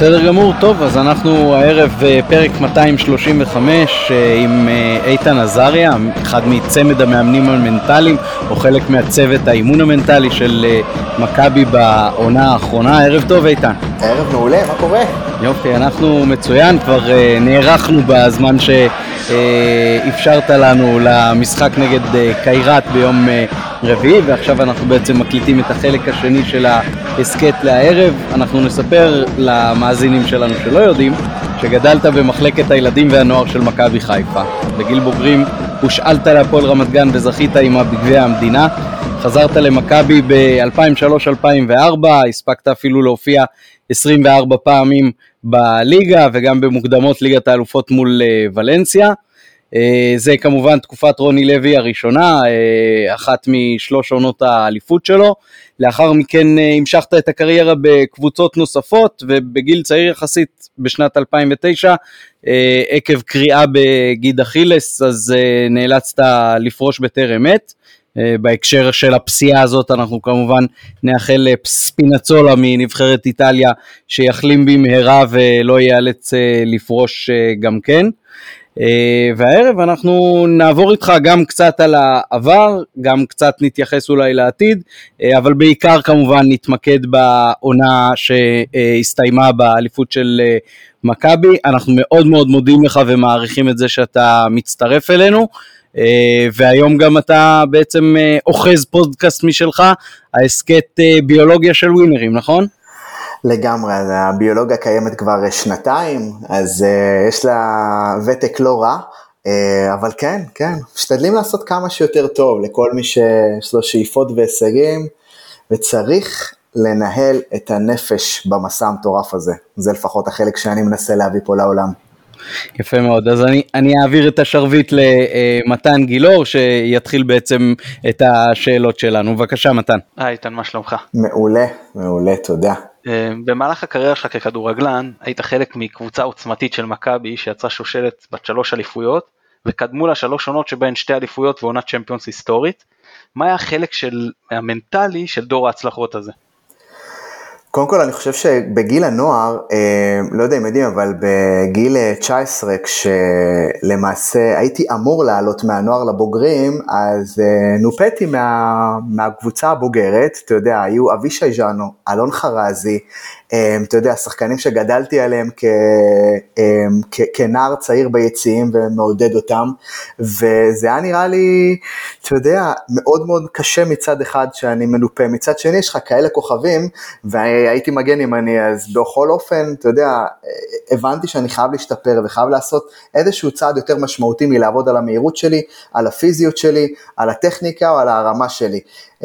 בסדר גמור, טוב, אז אנחנו הערב פרק 235 עם איתן עזריה, אחד מצמד המאמנים המנטליים, או חלק מהצוות האימון המנטלי של מכבי בעונה האחרונה. ערב טוב איתן. ערב מעולה, מה קורה? יופי, אנחנו מצוין, כבר נערכנו בזמן שאפשרת לנו למשחק נגד קיירת ביום רביעי, ועכשיו אנחנו בעצם מקליטים את החלק השני של ההסקט לערב. אנחנו נספר למאזינים שלנו שלא יודעים שגדלת במחלקת הילדים והנוער של מכבי חיפה. בגיל בוגרים הושאלת להפועל רמת גן וזכית עם בגביע המדינה. חזרת למכבי ב-2003-2004, הספקת אפילו להופיע 24 פעמים בליגה וגם במוקדמות ליגת האלופות מול ולנסיה. זה כמובן תקופת רוני לוי הראשונה, אחת משלוש עונות האליפות שלו. לאחר מכן המשכת את הקריירה בקבוצות נוספות, ובגיל צעיר יחסית בשנת 2009, עקב קריאה בגיד אכילס, אז נאלצת לפרוש בטרם עת. בהקשר של הפציעה הזאת אנחנו כמובן נאחל ספינצולה מנבחרת איטליה שיחלים במהרה ולא ייאלץ לפרוש גם כן. והערב אנחנו נעבור איתך גם קצת על העבר, גם קצת נתייחס אולי לעתיד, אבל בעיקר כמובן נתמקד בעונה שהסתיימה באליפות של מכבי. אנחנו מאוד מאוד מודים לך ומעריכים את זה שאתה מצטרף אלינו, והיום גם אתה בעצם אוחז פודקאסט משלך, ההסקט ביולוגיה של ווינרים, נכון? לגמרי, הביולוגיה קיימת כבר שנתיים, אז יש לה ותק לא רע, אבל כן, משתדלים לעשות כמה שיותר טוב לכל מי שיש לו שאיפות והישגים, וצריך לנהל את הנפש במסע המטורף הזה. זה לפחות החלק שאני מנסה להביא פה לעולם. יפה מאוד, אז אני אעביר את השרביט למתן גילור, שיתחיל בעצם את השאלות שלנו. בבקשה מתן. איתן, מה שלומך? מעולה, תודה. במהלך הקריירה שלך ככדורגלן, היית חלק מקבוצה עוצמתית של מכבי, שיצרה שושלת בת 3 אליפויות, וקדמו לה 3 עונות שבהן 2 אליפויות ועונת צ'מפיונס היסטורית. מה היה החלק המנטלי של דור ההצלחות הזה? קודם כל אני חושב שבגיל הנוער, לא יודע אם יודעים, אבל בגיל 19, כשלמעשה הייתי אמור לעלות מהנוער לבוגרים, אז נופתי מהקבוצה הבוגרת, אתה יודע, היו אבישי ז'אנו, אלון חרזי, אתה יודע, שחקנים שגדלתי עליהם כנער צעיר ביציעים ומעודד אותם, וזה היה נראה לי, אתה יודע, מאוד מאוד קשה מצד אחד שאני מנופה, מצד שני יש לך כאלה כוכבים, והייתי מגן ימני, אז בכל אופן, אתה יודע, הבנתי שאני חייב להשתפר, וחייב לעשות איזשהו צעד יותר משמעותי מלעבוד על המהירות שלי, על הפיזיות שלי, על הטכניקה או על הרמה שלי,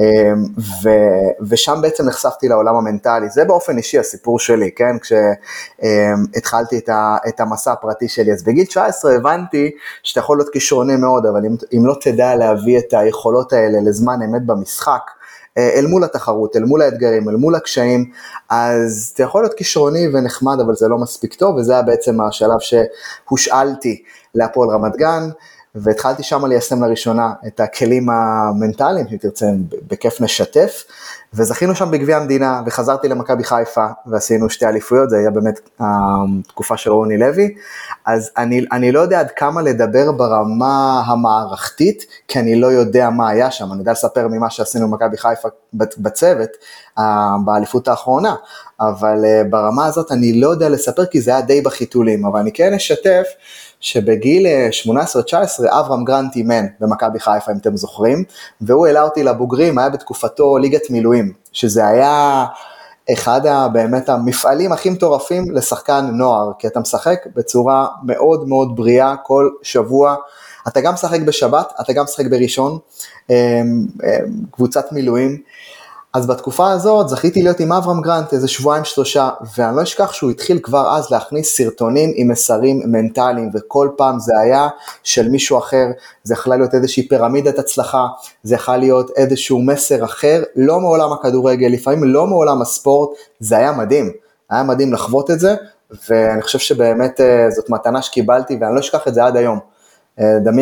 ושם בעצם נחשפתי לעולם המנטלי. זה באופן אישי הסיפור שלי, כן? כשהתחלתי את המסע הפרטי שלי, אז בגיל 19 הבנתי שאתה יכול להיות כישרוני מאוד, אבל אם לא תדע להביא את היכולות האלה לזמן אמת במשחק, אל מול התחרות, אל מול האתגרים, אל מול הקשיים, אז אתה יכול להיות כישרוני ונחמד, אבל זה לא מספיק טוב, וזה היה בעצם השלב שהושאלתי להפועל רמת גן, והתחלתי שם ליישם לראשונה את הכלים המנטליים, אם תרצה, בכיף נשתף, וזכינו שם בגביע המדינה, וחזרתי למכבי חיפה, ועשינו 2 אליפויות, זה היה באמת התקופה של רוני לוי, אז אני לא יודע עד כמה לדבר ברמה המערכתית, כי אני לא יודע מה היה שם, אני יודע לספר ממה שעשינו במכבי חיפה בצוות, באליפות האחרונה, אבל ברמה הזאת אני לא יודע לספר, כי זה היה די בחיתולים, אבל אני כן אשתף, שבגיל 18-19 אברהם גרנט אימן במכבי חיפה, אם אתם זוכרים, והוא העלה אותי לבוגרים, היה בתקופתו ליגת מילואים, שזה היה אחד באמת המפעלים הכי מטורפים לשחקן נוער, כי אתה משחק בצורה מאוד מאוד בריאה כל שבוע, אתה גם משחק בשבת, אתה גם משחק בראשון, קבוצת מילואים, אז בתקופה הזאת זכיתי להיות עם אברהם גרנט איזה 2-3 שבועות, ואני לא אשכח שהוא התחיל כבר אז להכניס סרטונים עם מסרים מנטליים, וכל פעם זה היה של מישהו אחר, זה יכלה להיות איזושהי פירמידת הצלחה, זה יכלה להיות איזשהו מסר אחר, לא מעולם הכדורגל, לפעמים לא מעולם הספורט, זה היה מדהים לחוות את זה, ואני חושב שבאמת זאת מתנה שקיבלתי, ואני לא אשכח את זה עד היום. דמיין,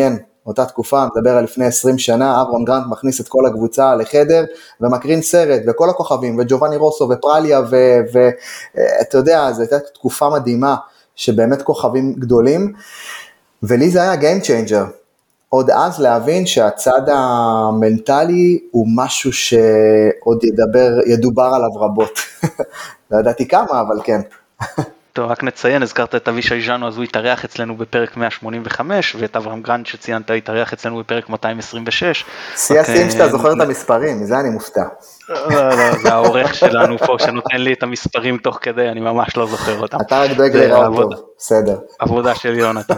אותה תקופה, מדבר על לפני 20 שנה, אברהם גרנט מכניס את כל הקבוצה לחדר, ומקרין סרט, וכל הכוכבים, וג'ובאני רוסו, ופרליה, ואתה יודע, זו הייתה תקופה מדהימה, שבאמת כוכבים גדולים, ולי זה היה game changer, עוד אז להבין שהצד המנטלי, הוא משהו שעוד ידובר עליו רבות, לא ידעתי כמה, אבל כן. טוב, רק נציין, הזכרת את אבישי ז'אנו, אז הוא התארח אצלנו בפרק 185, ואת אברהם גרנט שציינת התארח אצלנו בפרק 226. סייסים שאתה זוכר את המספרים, מזה אני מופתע. לא, זה העורך שלנו פה שנותן לי את המספרים תוך כדי, אני ממש לא זוכר אותם. אתה רק דואג לראות טוב, בסדר. עבודה של יונתן.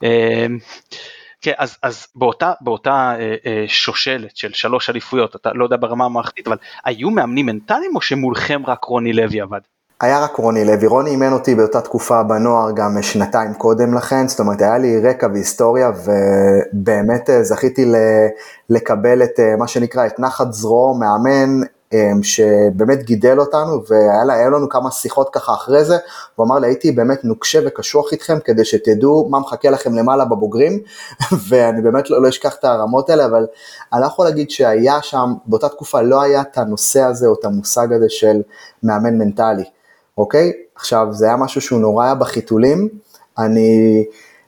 כן, אז באותה שושלת של 3 אליפויות, אתה לא יודע ברמה המערכתית, אבל היו מאמנים מנטליים או שמולכם רק רוני לוי עבד? היה רק רוני לוי, רוני אימן אותי באותה תקופה בנוער גם שנתיים קודם לכן, זאת אומרת היה לי רקע והיסטוריה ובאמת זכיתי לקבל את מה שנקרא את נחת זרועו מאמן שבאמת גידל אותנו והיה לנו כמה שיחות ככה אחרי זה, הוא אמר לי הייתי באמת נוקשה וקשוח איתכם כדי שתדעו מה מחכה לכם למעלה בבוגרים ואני באמת לא אשכח את הרמות האלה, אבל אני לא יכול להגיד שהיה שם, באותה תקופה לא היה את הנושא הזה או את המושג הזה של מאמן מנטלי. אוקיי? עכשיו, זה היה משהו שהוא נורא היה בחיתולים, אני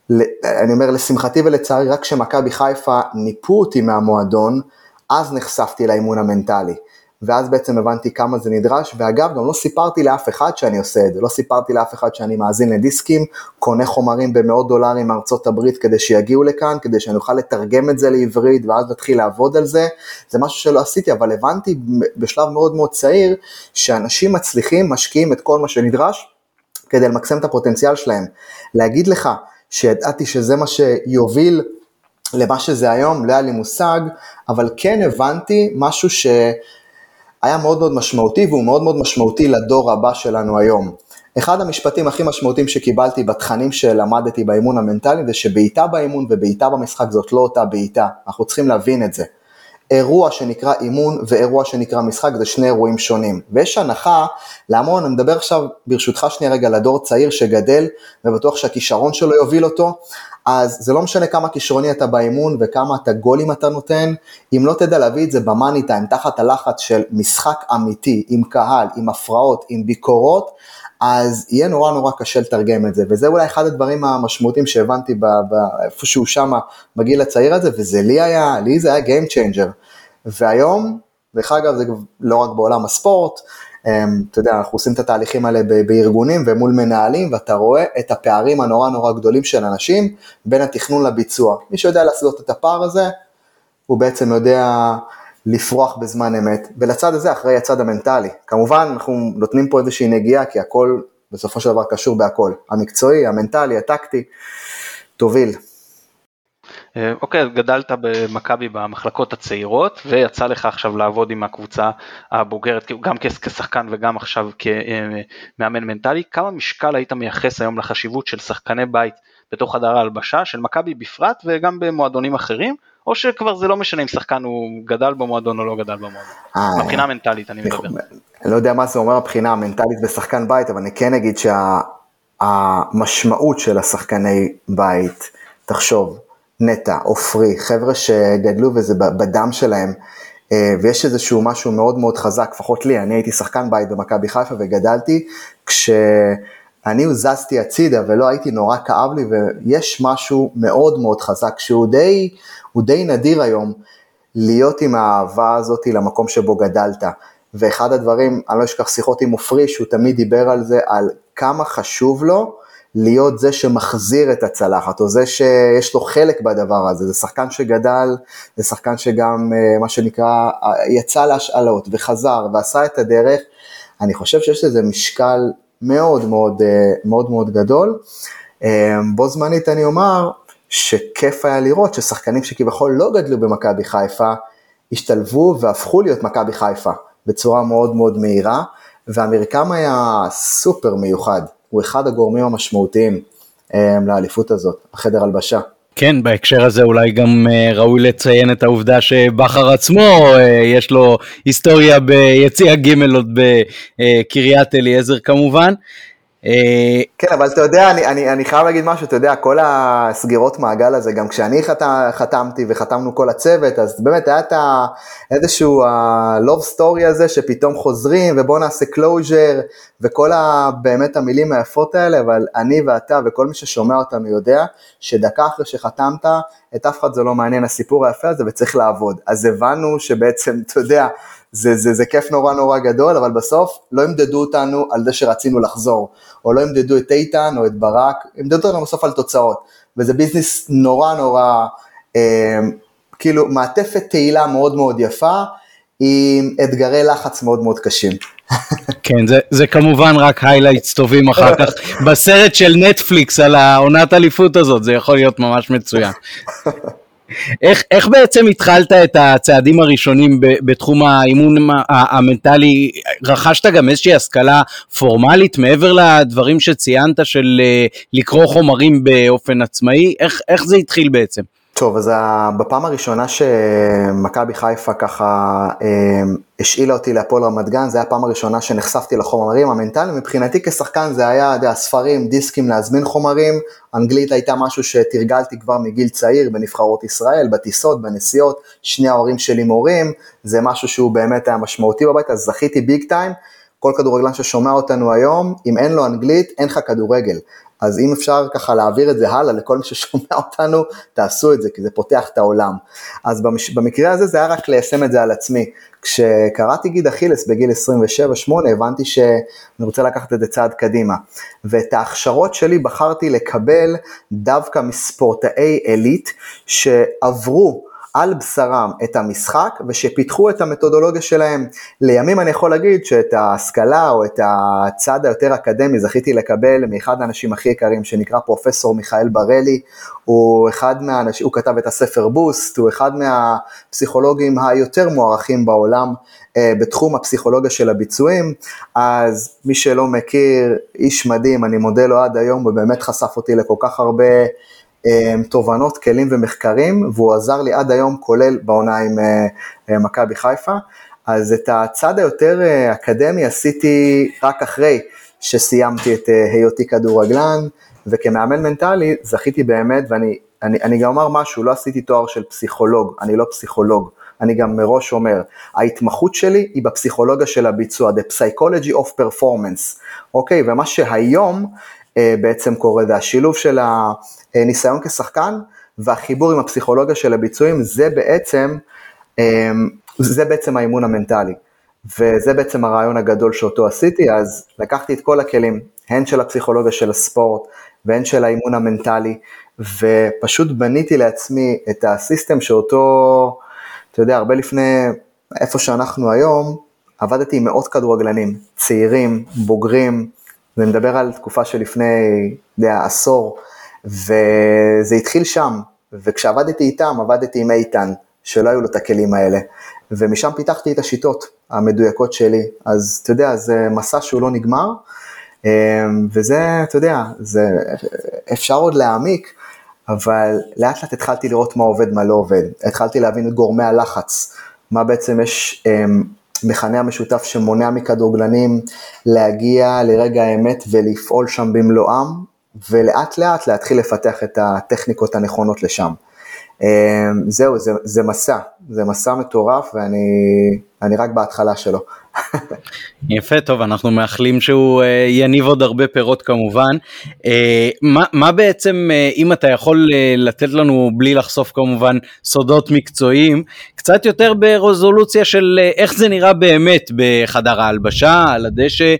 אומר לשמחתי ולצערי, רק כשמכבי חיפה ניפו אותי מהמועדון, אז נחשפתי לאימון המנטלי, ואז בעצם הבנתי כמה זה נדרש, ואגב, גם לא סיפרתי לאף אחד שאני עושה את זה, לא סיפרתי לאף אחד שאני מאזין לדיסקים, קונה חומרים ב$100 מארצות הברית, כדי שיגיעו לכאן, כדי שאני אוכל לתרגם את זה לעברית, ואז נתחיל לעבוד על זה, זה משהו שלא עשיתי, אבל הבנתי בשלב מאוד מאוד צעיר, שאנשים מצליחים, משקיעים את כל מה שנדרש, כדי למקסם את הפוטנציאל שלהם, להגיד לך, שידעתי שזה מה שיוביל, למה שזה היום, לא היה לי מושג, אבל כן הבנתי משהו היה מאוד מאוד משמעותי, והוא מאוד מאוד משמעותי לדור הבא שלנו היום. אחד המשפטים הכי משמעותיים שקיבלתי בתכנים שלמדתי באימון המנטלי, זה שבעיטה באימון ובעיטה במשחק זאת לא אותה בעיטה, אנחנו צריכים להבין את זה. אירוע שנקרא אימון ואירוע שנקרא משחק, זה 2 אירועים שונים. ויש הנחה, להמון, אני מדבר עכשיו ברשותך שנייה רגע לדור צעיר שגדל, ובטוח שהכישרון שלו יוביל אותו, אז זה לא משנה כמה כישרוני אתה באימון, וכמה אתה גולים אתה נותן, אם לא תדע להביא את זה במאני טיים, תחת הלחץ של משחק אמיתי, עם קהל, עם הפרעות, עם ביקורות, אז יהיה נורא נורא קשה לתרגם את זה, וזה אולי אחד הדברים המשמעותיים שהבנתי איפשהו שמה בגיל הצעיר הזה, וזה לי זה היה game changer, והיום, דרך אגב זה לא רק בעולם הספורט, אתה יודע, אנחנו עושים את התהליכים האלה בארגונים ומול מנהלים, ואתה רואה את הפערים הנורא נורא גדולים של אנשים, בין התכנון לביצוע, מי שיודע לעשות את הפער הזה, הוא בעצם יודע לפרוח בזמן אמת, ולצד הזה אחרי הצד המנטלי, כמובן אנחנו נותנים פה איזושהי נגיעה, כי הכל בסופו של דבר קשור בהכל, המקצועי, המנטלי, הטקטי, תוביל. אוקיי, גדלת במכבי במחלקות הצעירות, ויצא לך עכשיו לעבוד עם הקבוצה הבוגרת, גם כשחקן וגם עכשיו כמאמן מנטלי, כמה משקל היית מייחס היום לחשיבות של שחקני בית בתוך חדר ההלבשה, של מכבי בפרט וגם במועדונים אחרים, או שכבר זה לא משנה אם שחקן הוא גדל במועדון או לא גדל במועדון? מבחינה מנטלית אני מדבר. אני לא יודע מה זה אומר מבחינה מנטלית בשחקן בית, אבל אני כן אגיד שהמשמעות של השחקני בית, תחשוב, נטע, אופרי, חבר'ה שגדלו וזה בדם שלהם, ויש איזשהו משהו מאוד מאוד חזק, לפחות לי, אני הייתי שחקן בית במכבי חיפה וגדלתי, כשאני הוזזתי הצידה ולא הייתי נורא כאב לי, ויש משהו מאוד מאוד חזק, שהוא די נדיר היום, להיות עם האהבה הזאת למקום שבו גדלת, ואחד הדברים, אני לא אשכח שיחות עם אופרי, שהוא תמיד דיבר על זה, על כמה חשוב לו, להיות זה שמחזיר את הצלחת, או זה שיש לו חלק בדבר הזה, זה שחקן שגדל, זה שחקן שגם, מה שנקרא, יצא להשאלות, וחזר, ועשה את הדרך, אני חושב שיש לזה משקל מאוד מאוד, מאוד מאוד גדול, בו זמנית אני אומר, שכיף היה לראות, ששחקנים שכביכול לא גדלו במכבי חיפה, השתלבו והפכו להיות מכבי חיפה, בצורה מאוד מאוד מהירה, והמרקם היה סופר מיוחד, הוא אחד הגורמים המשמעותיים לאליפות הזאת, החדר הלבשה. כן, בהקשר הזה אולי גם ראוי לציין את העובדה שבחר עצמו, יש לו היסטוריה ביציע ג' עוד בקריית אליעזר כמובן. כן, אבל אתה יודע, אני חייב להגיד משהו, אתה יודע, כל הסגירות מעגל הזה, גם כשאני חתמתי וחתמנו כל הצוות, אז באמת היה את איזשהו ה-love story הזה, שפתאום חוזרים, ובוא נעשה closure, וכל באמת המילים היפות האלה, אבל אני ואתה וכל מי ששומע אותנו יודע, שדקה אחרי שחתמת, את אף אחד זה לא מעניין הסיפור היפה הזה, וצריך לעבוד. אז הבנו שבעצם, אתה יודע, זה כיף נורא נורא גדול, אבל בסוף לא ימדדו אותנו על זה שרצינו לחזור, או לא ימדדו את איתן או את ברק, ימדדו אותנו בסוף על תוצאות, וזה ביזנס נורא נורא, כאילו מעטפת תהילה מאוד מאוד יפה, עם אתגרי לחץ מאוד מאוד קשים. כן, זה כמובן רק highlights טובים אחר כך, בסרט של נטפליקס על העונת אליפות הזאת, זה יכול להיות ממש מצוין. איך בעצם התחלת את הצעדים הראשונים בתחום האימון המנטלי? רכשת גם איזושהי השכלה פורמלית מעבר לדברים שציינת של לקרוא חומרים באופן עצמאי? איך זה התחיל בעצם? טוב, אז בפעם הראשונה שמכבי חיפה ככה השאילה אותי להפועל רמת גן, זה היה הפעם הראשונה שנחשפתי לחומרים המנטליים, מבחינתי כשחקן זה היה ספרים, דיסקים להזמין חומרים, אנגלית הייתה משהו שתרגלתי כבר מגיל צעיר בנבחרות ישראל, בטיסות, בנסיעות, שני ההורים שלי מורים, זה משהו שהוא באמת היה משמעותי בבית, אז זכיתי ביג טיים, כל כדורגלן ששומע אותנו היום, אם אין לו אנגלית, אין לך כדורגל. אז אם אפשר ככה להעביר את זה הלאה לכל מי ששומע אותנו, תעשו את זה, כי זה פותח את העולם. אז במקרה הזה זה היה רק ליישם את זה על עצמי. כשקראתי גיד אכילס בגיל 27-8, הבנתי שאני רוצה לקחת את זה צעד קדימה. ואת ההכשרות שלי בחרתי לקבל דווקא מספורטאי אליט, שעברו על בשרם את המשחק, ושפיתחו את המתודולוגיה שלהם. לימים אני יכול להגיד שאת ההשכלה, או את הצד היותר אקדמי, זכיתי לקבל מאחד האנשים הכי יקרים, שנקרא פרופסור מיכאל ברלי, הוא אחד מהאנשים, הוא כתב את הספר בוסט, הוא אחד מהפסיכולוגים היותר מוערכים בעולם, בתחום הפסיכולוגיה של הביצועים, אז מי שלא מכיר, איש מדהים, אני מודה לו עד היום, ובאמת חשף אותי לכל כך הרבה תובנות, כלים ומחקרים, והוא עזר לי עד היום, כולל בעונה עם מכבי חיפה. אז את הצד היותר אקדמי עשיתי רק אחרי שסיימתי את היותי כדורגלן, וכמאמן מנטלי זכיתי באמת, ואני גם אומר משהו, לא עשיתי תואר של פסיכולוג, אני לא פסיכולוג, אני גם מראש אומר, ההתמחות שלי היא בפסיכולוגיה של הביצוע, the psychology of performance, אוקיי, ומה שהיום בעצם קורה, זה השילוב של הניסיון כשחקן, והחיבור עם הפסיכולוגיה של הביצועים, זה בעצם האימון המנטלי, וזה בעצם הרעיון הגדול שאותו עשיתי, אז לקחתי את כל הכלים, הן של הפסיכולוגיה של הספורט, והן של האימון המנטלי, ופשוט בניתי לעצמי את הסיסטם שאותו, אתה יודע, הרבה לפני איפה שאנחנו היום, עבדתי עם מאות כדורגלנים, צעירים, בוגרים, ואני מדבר על תקופה שלפני עשור, וזה התחיל שם, וכשעבדתי איתם, עבדתי עם איתן, שלא היו לו את הכלים האלה, ומשם פיתחתי את השיטות המדויקות שלי, אז אתה יודע, זה מסע שהוא לא נגמר, וזה, אתה יודע, אפשר עוד להעמיק, אבל לאט לאט התחלתי לראות מה עובד, מה לא עובד, התחלתי להבין את גורמי הלחץ, מה בעצם יש מכנה המשותף שמונע מכדורגלנים להגיע לרגע האמת ולפעול שם במלואם, ולאט לאט להתחיל לפתח את הטכניקות הנכונות לשם. זהו, זה מסע מטורף, ואני רק בהתחלה שלו. יפה, טוב, אנחנו מאחלים שהוא יניב עוד הרבה פירות כמובן. מה בעצם, אם אתה יכול לתת לנו, בלי לחשוף כמובן סודות מקצועיים, קצת יותר ברזולוציה של איך זה נראה באמת בחדר ההלבשה, על הדשא,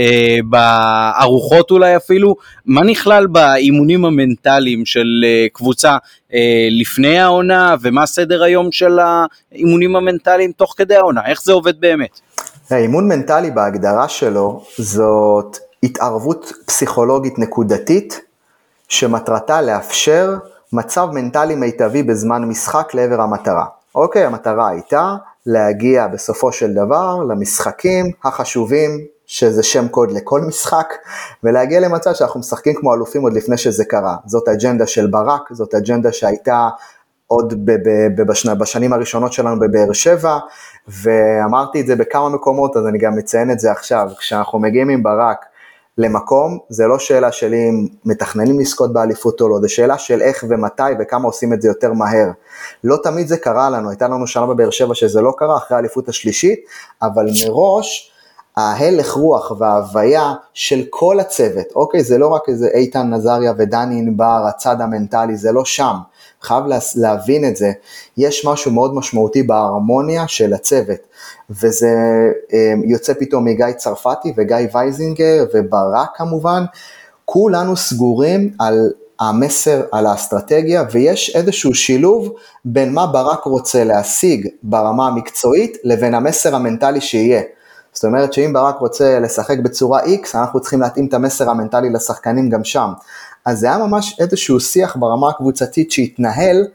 בארוחות אולי אפילו, מה נכלל באימונים המנטליים של קבוצה לפני העונה, ומה סדר היום של האימונים המנטליים תוך כדי העונה, איך זה עובד באמת? האימון מנטלי בהגדרה שלו, זאת התערבות פסיכולוגית נקודתית, שמטרתה לאפשר מצב מנטלי מיטבי בזמן משחק לעבר המטרה. אוקיי, המטרה הייתה להגיע בסופו של דבר למשחקים החשובים, שזה שם קוד לכל משחק, ולהגיע למצב שאנחנו משחקים כמו אלופים עוד לפני שזה קרה. זאת האג'נדה של ברק, זאת האג'נדה שהייתה עוד בשנים הראשונות שלנו בבאר שבע, ואמרתי את זה בכמה מקומות, אז אני גם מציין את זה עכשיו, כשאנחנו מגיעים עם ברק למקום, זה לא שאלה של אם מתכננים לזכות באליפות או לא, זה שאלה של איך ומתי וכמה עושים את זה יותר מהר. לא תמיד זה קרה לנו, הייתה לנו שנה בבאר שבע שזה לא קרה, אחרי האליפות השלישית, אבל מראש, ההלך רוח וההוויה של כל הצוות, אוקיי, זה לא רק איזה איתן נזריה ודני ענבר, הצד המנטלי, זה לא שם, חייב להבין את זה, יש משהו מאוד משמעותי בהרמוניה של הצוות, וזה יוצא פתאום מגיא צרפתי וגיא וייזינגר וברק כמובן, כולנו סגורים על המסר, על האסטרטגיה, ויש איזשהו שילוב בין מה ברק רוצה להשיג ברמה המקצועית, לבין המסר המנטלי שיהיה. זאת אומרת שאם ברק רוצה לשחק בצורה X, אנחנו צריכים להתאים את המסר המנטלי לשחקנים גם שם. אז זה היה ממש איזשהו שיח ברמה הקבוצתית שהתנהל,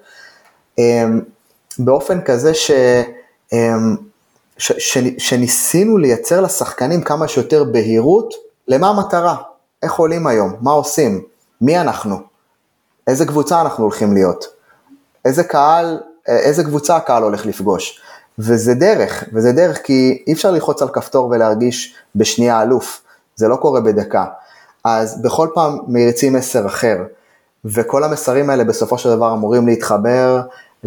באופן כזה שניסינו לייצר לשחקנים כמה שיותר בהירות, למה המטרה? איך עולים היום? מה עושים? מי אנחנו? איזה קבוצה אנחנו הולכים להיות? איזה קבוצה הקהל הולך לפגוש? וזה דרך כי אי אפשר ללחוץ על כפתור ולהרגיש בשנייה אלוף, זה לא קורה בדקה. אז בכל פעם מריצים מסר אחר, וכל המסרים האלה בסופו של דבר אמורים להתחבר,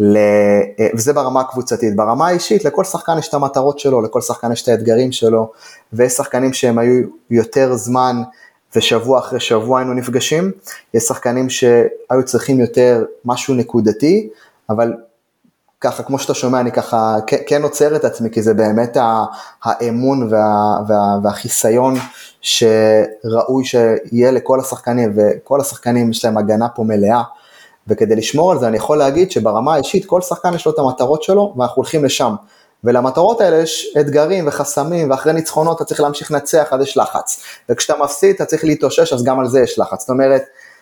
וזה ברמה הקבוצתית. ברמה האישית, לכל שחקן יש את המטרות שלו, לכל שחקן יש את האתגרים שלו, ויש שחקנים שהם היו יותר זמן, ושבוע אחרי שבוע היינו נפגשים, יש שחקנים שהיו צריכים יותר משהו נקודתי, אבל ככה, כמו שאתה שומע, אני ככה כן עוצר את עצמי, כי זה באמת האמון והחיסיון שראוי שיהיה לכל השחקנים, וכל השחקנים יש להם הגנה פה מלאה, וכדי לשמור על זה אני יכול להגיד שברמה האישית כל שחקן יש לו את המטרות שלו, ואנחנו הולכים לשם, ולמטרות האלה יש אתגרים וחסמים, ואחרי ניצחונות אתה צריך להמשיך לנצח, אז יש לחץ, וכשאתה מפסיד אתה צריך להתאושש, אז גם על זה יש לחץ. זאת אומרת,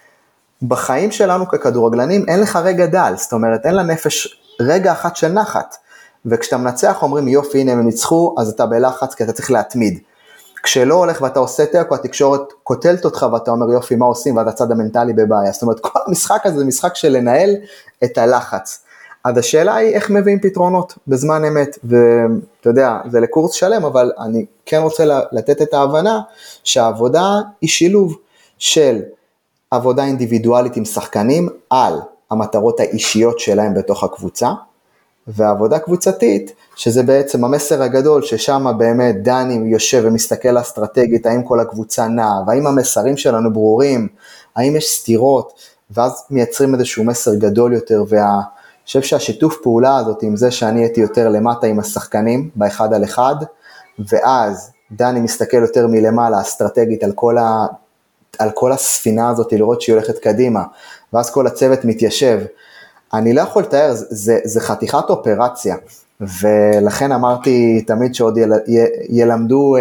בחיים שלנו ככדורגלנים אין לך רגע דל, זאת אומרת אין לנפש רגע אחת של נחת, וכשאתה מנצח אומרים יופי הנה הם ניצחו, אז אתה בלחץ כי אתה צריך להתמיד, כשלא הולך ואתה עושה תיקו, התקשורת קוטלת אותך ואתה אומר יופי מה עושים, ואתה צד המנטלי בבעיה. זאת אומרת כל המשחק הזה זה משחק של לנהל את הלחץ, אז השאלה היא איך מביאים פתרונות בזמן אמת, ואתה יודע זה לקורס שלם, אבל אני כן רוצה לתת את ההבנה שהעבודה היא שילוב של עבודה אינדיבידואלית עם שחקנים על המטרות האישיות שלהם בתוך הקבוצה, ועבודה קבוצתית, שזה בעצם המסר הגדול, ששם באמת דני יושב ומסתכל אסטרטגית, האם כל הקבוצה נעה, והאם המסרים שלנו ברורים, האם יש סתירות, ואז מייצרים איזשהו מסר גדול יותר, ואני חושב שהשיתוף פעולה הזאת, עם זה שאני הייתי יותר למטה עם השחקנים, באחד על אחד, ואז דני מסתכל יותר מלמעלה, אסטרטגית, על כל הספינה הזאת, לראות שהיא הולכת קדימה, ואז כל הצוות מתיישב, אני לא יכול לתאר, זה חתיכת אופרציה, ולכן אמרתי תמיד שעוד ילמדו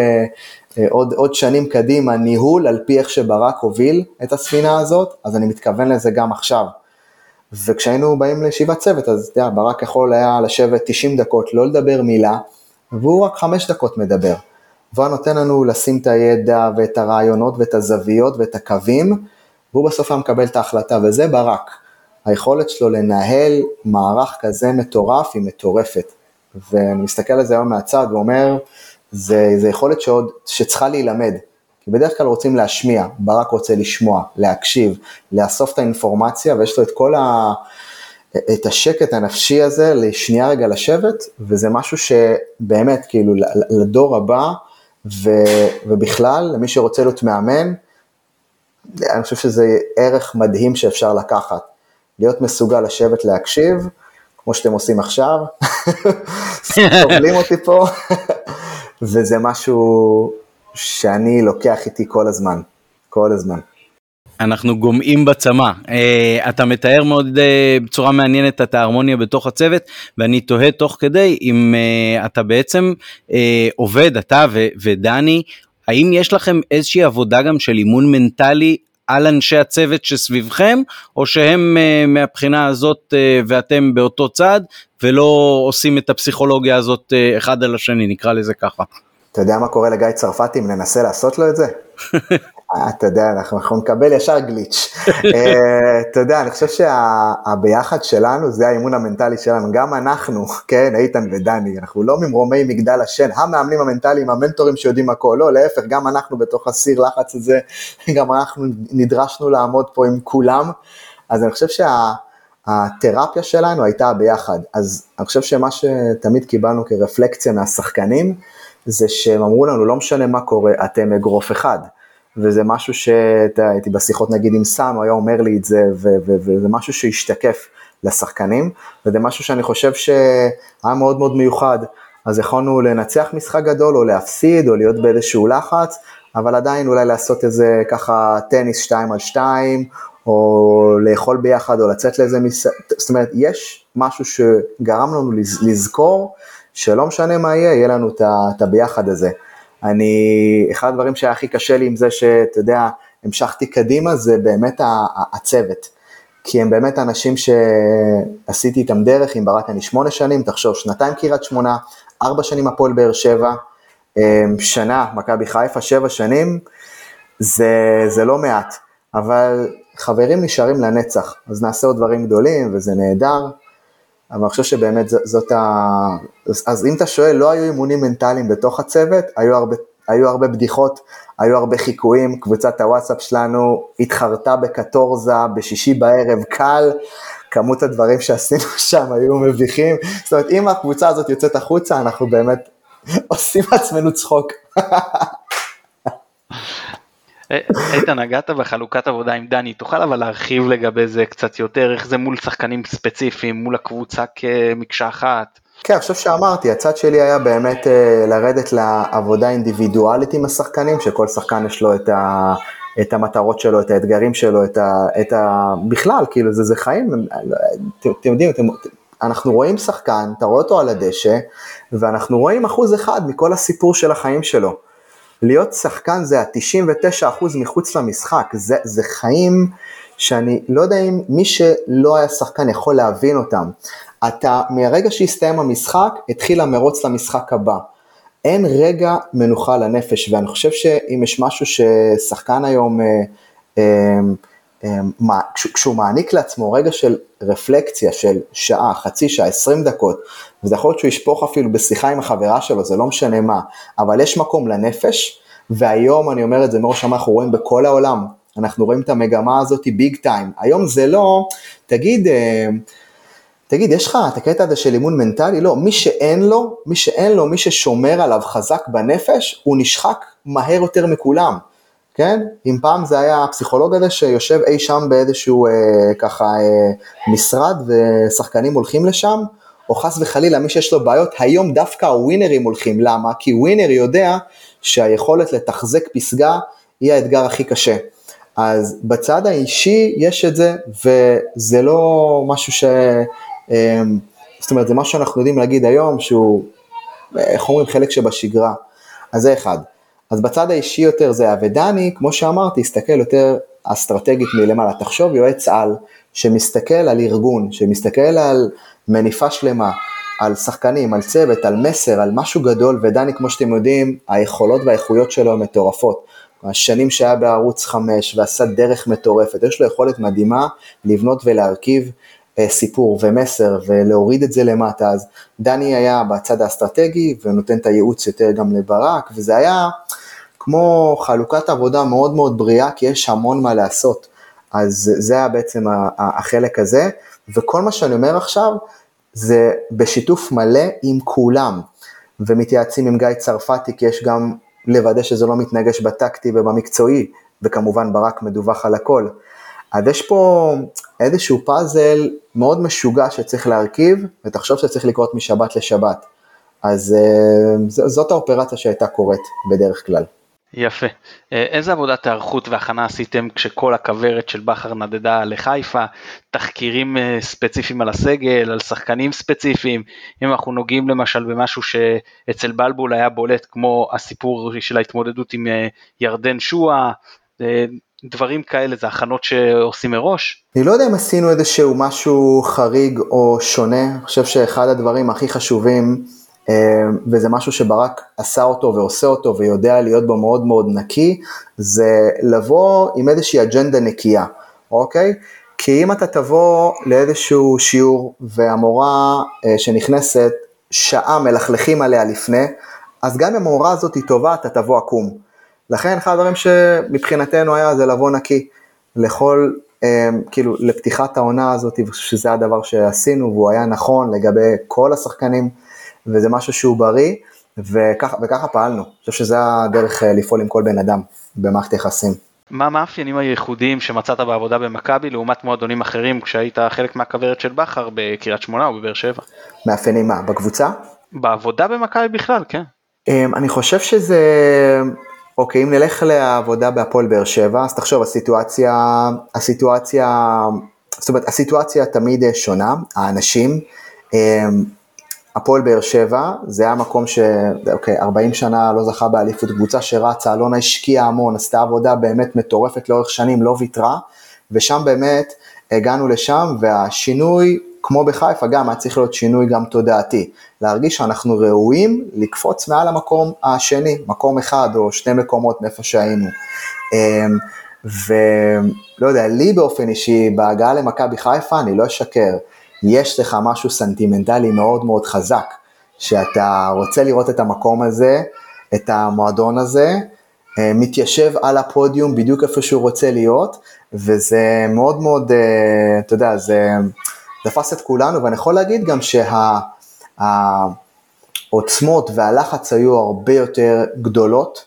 עוד שנים קדימה, ניהול על פי איך שברק הוביל את הספינה הזאת, אז אני מתכוון לזה גם עכשיו, וכשהיינו באים לישיבת צוות, אז ברק יכול היה לשבת 90 דקות, לא לדבר מילה, והוא רק 5 דקות מדבר, והוא נותן לנו לשים את הידע ואת הרעיונות ואת הזוויות ואת הקווים, והוא בסוף היה מקבל את ההחלטה, וזה ברק. היכולת שלו לנהל מערך כזה מטורף היא מטורפת, ואני מסתכל על זה היום מהצד ואומר, זה יכולת שצריכה להילמד, כי בדרך כלל רוצים להשמיע, ברק רוצה לשמוע, להקשיב, לאסוף את האינפורמציה, ויש לו את השקט הנפשי הזה, לשנייה רגע לשבת, וזה משהו שבאמת כאילו לדור הבא, ובכלל למי שרוצה להיות מאמן, אני חושב שזה ערך מדהים שאפשר לקחת, להיות מסוגל לשבת להקשיב, כמו שאתם עושים עכשיו, סובלים אותי פה, וזה משהו שאני לוקח איתי כל הזמן, כל הזמן. אנחנו גומעים בצמא. אתה מתאר מאוד בצורה מעניינת את ההרמוניה בתוך הצוות, ואני תוהה תוך כדי אם אתה בעצם עובד, אתה ודני, האם יש לכם איזושהי עבודה גם של אימון מנטלי על אנשי הצוות שסביבכם, או שהם מהבחינה הזאת ואתם באותו צד, ולא עושים את הפסיכולוגיה הזאת אחד על השני, נקרא לזה ככה. אתה יודע מה קורה לגיא צרפתי אם ננסה לעשות לו את זה? אתה יודע, אנחנו נקבל ישר גליץ'. אתה יודע, אני חושב שהביחד שלנו, זה האימון המנטלי שלנו, גם אנחנו, כן, איתן ודני, אנחנו לא ממרומי מגדל השן, המאמנים המנטליים, המנטורים שיודעים הכל, לא, להפך, גם אנחנו בתוך הסיר לחץ הזה, גם אנחנו נדרשנו לעמוד פה עם כולם, אז אני חושב שהתרפיה שלנו הייתה ביחד, אז אני חושב שמה שתמיד קיבלנו כרפלקציה מהשחקנים, זה שהם אמרו לנו, לא משנה מה קורה, אתם אגרוף אחד, וזה משהו שהייתי בשיחות נגיד עם סם, הוא היה אומר לי את זה, וזה משהו שהשתקף לשחקנים, וזה משהו שאני חושב שהיה מאוד מאוד מיוחד, אז יכולנו לנצח משחק גדול, או להפסיד, או להיות באיזשהו לחץ, אבל עדיין אולי לעשות איזה ככה טניס 2-2, או לאכול ביחד, או לצאת לאיזה זאת אומרת, יש משהו שגרם לנו לזכור, שלא משנה מה יהיה לנו את הביחד הזה. אחד הדברים שהיה הכי קשה לי עם זה שאתה יודע, המשכתי קדימה, זה באמת הצוות. כי הם באמת אנשים שעשיתי איתם דרך, עם ברק אני 8 שנים, תחשוב, 2 קריית שמונה, 4 שנים הפועל באר שבע, שנה מכבי חיפה, 7 שנים, זה לא מעט. אבל חברים נשארים לנצח, אז נעשה עוד דברים גדולים, וזה נהדר. אבל אני חושב שבאמת אז אם אתה שואל, לא היו אימונים מנטליים בתוך הצוות, היו הרבה בדיחות, היו הרבה חיקויים, קבוצת הוואטסאפ שלנו התחרתה בקטורזה, בשישי בערב קל, כמות הדברים שעשינו שם היו מביכים, זאת אומרת, אם הקבוצה הזאת יוצאת החוצה, אנחנו באמת עושים עצמנו צחוק. איתן, נגעת בחלוקת עבודה עם דני, תוכל אבל להרחיב לגבי זה קצת יותר, איך זה מול שחקנים ספציפיים, מול הקבוצה כמקשה אחת? כן, אני חושב שאמרתי, הצד שלי היה באמת לרדת לעבודה אינדיבידואלית עם השחקנים, שכל שחקן יש לו את המטרות שלו, את האתגרים שלו, בכלל, כאילו זה חיים, אתם יודעים, אנחנו רואים שחקן, אתה רואה אותו על הדשא, ואנחנו רואים 1% מכל הסיפור של החיים שלו. להיות שחקן זה 99% מחוץ למשחק, זה חיים שאני לא יודע אם מי שלא היה שחקן יכול להבין אותם. מהרגע שהסתיים המשחק, התחיל המרוץ למשחק הבא. אין רגע מנוחה לנפש, ואני חושב שאם יש משהו ששחקן היום, כשהוא מעניק לעצמו רגע של רפלקציה, של שעה, חצי שעה, 20 דקות, וזה יכול להיות שהוא ישפוך אפילו בשיחה עם החברה שלו, זה לא משנה מה, אבל יש מקום לנפש, והיום אני אומר את זה מראש, אנחנו רואים בכל העולם, אנחנו רואים את המגמה הזאת ביג טיים, היום זה לא, תגיד, יש לך את הקטע הזה של אימון מנטלי? לא, מי שאין לו, מי ששומר עליו חזק בנפש, הוא נשחק מהר יותר מכולם, כן? אם פעם זה היה הפסיכולוג הזה שיושב אי שם באיזשהו משרד ושחקנים הולכים לשם, או חס וחלילה מי שיש לו בעיות, היום דווקא הווינרים הולכים, למה? כי ווינר יודע שהיכולת לתחזק פסגה היא האתגר הכי קשה. אז בצד האישי יש את זה, וזה לא משהו זאת אומרת, זה משהו שאנחנו יודעים להגיד היום, שהוא, איך אומרים, חלק שבשגרה. אז זה אחד. אז בצד האישי יותר זה, ודני, כמו שאמרתי, הסתכל יותר אסטרטגית מלמעלה. תחשוב, יועץ על, שמסתכל על ארגון, שמסתכל על מניפה שלמה, על שחקנים, על צוות, על מסר, על משהו גדול, ודני, כמו שאתם יודעים, היכולות והאיכויות שלו מטורפות. השנים שהיה בערוץ 5, ועשה דרך מטורפת, יש לו יכולת מדהימה לבנות ולהרכיב סיפור ומסר, ולהוריד את זה למטה. אז דני היה בצד האסטרטגי, ונותן את הייעוץ יותר גם לברק, וזה היה כמו חלוקת עבודה מאוד מאוד בריאה, כי יש המון מה לעשות. אז זה היה בעצם החלק הזה, וכל מה שאני אומר עכשיו, זה בשיתוף מלא עם כולם, ומתייעצים עם גיא צרפתי, כי יש גם לוודא שזה לא מתנגש בטקטי ובמקצועי, וכמובן ברק מדווח על הכל. אז יש פה איזשהו פאזל מאוד משוגע שצריך להרכיב, ותחשוב שצריך לקרות משבת לשבת. אז זאת האופרציה שהייתה קורית בדרך כלל. יפה. איזה עבודת הערכות והכנה עשיתם כשכל הכוורת של בכר נדדה לחיפה, תחקירים ספציפיים על הסגל, על שחקנים ספציפיים, אם אנחנו נוגעים למשל במשהו שאצל בלבול היה בולט, כמו הסיפור של ההתמודדות עם ירדן שואה, דברים כאלה, זה הכנות שעושים מראש? אני לא יודע אם עשינו איזשהו משהו חריג או שונה, אני חושב שאחד הדברים הכי חשובים וזה משהו שברק עשה אותו ועושה אותו ויודע להיות בו מאוד מאוד נקי, זה לבוא עם איזושהי אג'נדה נקייה, אוקיי? כי אם אתה תבוא לאיזשהו שיעור והמורה שנכנסת שעה מלכלכים עליה לפני, אז גם אם המורה הזאת היא טובה, אתה תבוא עקום. לכן אחד הדברים שמבחינתנו היה זה לבוא נקי, לכל, כאילו לפתיחת העונה הזאת, שזה הדבר שעשינו והוא היה נכון לגבי כל השחקנים, וזה משהו שהוא בריא, וככה פעלנו. אני חושב שזה הדרך לפעול עם כל בן אדם במערכת יחסים. מה המאפיינים הייחודיים שמצאת בעבודה במכבי לעומת מועדונים אחרים כשהיית חלק מהכוורת של בכר בקריית שמונה או בבאר שבע? מאפיינים מה? בקבוצה? בעבודה במכבי בכלל, כן. אני חושב שזה, אוקיי, אם נלך לעבודה בהפועל באר שבע, אז תחשוב, הסיטואציה תמיד שונה, האנשים, הפועל באר שבע, זה היה מקום אוקיי, 40 שנה לא זכה באליפות, קבוצה שרצה, אלונה השקיעה המון, עשתה עבודה באמת מטורפת לאורך שנים, לא ויתרה, ושם באמת הגענו לשם, והשינוי, כמו בחיפה גם, היה צריך להיות שינוי גם תודעתי, להרגיש שאנחנו ראויים לקפוץ מעל המקום השני, מקום אחד או שני מקומות מאיפה שהיינו. ולא יודע, לי באופן אישי, בהגעה למכבי חיפה, אני לא אשקר, יש לך משהו סנטימנטלי מאוד מאוד חזק, שאתה רוצה לראות את המקום הזה, את המועדון הזה, מתיישב על הפודיום בדיוק איפה שהוא רוצה להיות, וזה מאוד מאוד, אתה יודע, זה תפס את כולנו, ואני יכול להגיד גם שהעוצמות והלחץ היו הרבה יותר גדולות,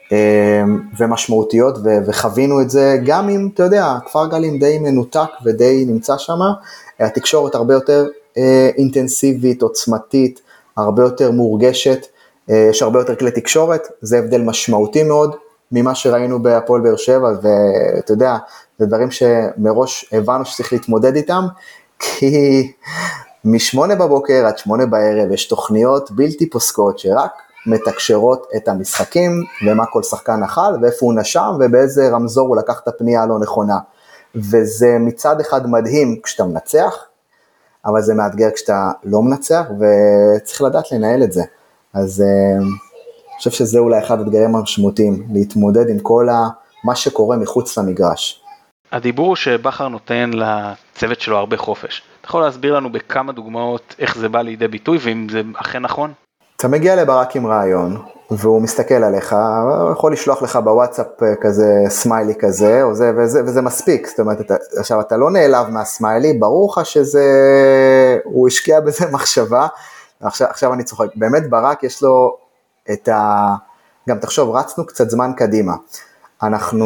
ומשמעותיות, וחווינו את זה, גם אם, אתה יודע, כפר גלים די מנותק ודי נמצא שם, התקשורת הרבה יותר אינטנסיבית, עוצמתית, הרבה יותר מורגשת, יש הרבה יותר כלי תקשורת, זה הבדל משמעותי מאוד, ממה שראינו בהפועל באר שבע, ואתה יודע, זה דברים שמראש הבנו שצריך להתמודד איתם, כי מ8 בבוקר עד 8 בערב, יש תוכניות בלתי פוסקות, שרק מתקשרות את המשחקים, ומה כל שחקן אכל, ואיפה הוא נשם, ובאיזה רמזור הוא לקח את הפנייה הלא נכונה. וזה מצד אחד מדהים כשאתה מנצח, אבל זה מאתגר כשאתה לא מנצח, וצריך לדעת לנהל את זה. אז אני חושב שזה אולי אחד הדגרים המשמעותיים, להתמודד עם כל מה שקורה מחוץ למגרש. הדיבור הוא שבכר נותן לצוות שלו הרבה חופש. אתה יכול להסביר לנו בכמה דוגמאות איך זה בא לידי ביטוי, ואם זה אכן נכון? אתה מגיע לברק עם רעיון, והוא מסתכל עליך, הוא יכול לשלוח לך בוואטסאפ כזה סמיילי כזה, וזה מספיק, זאת אומרת, עכשיו אתה לא נעלב מהסמיילי, ברור לך הוא השקיע בזה מחשבה, עכשיו אני צוחק, באמת ברק יש לו גם תחשוב, רצנו קצת זמן קדימה, אנחנו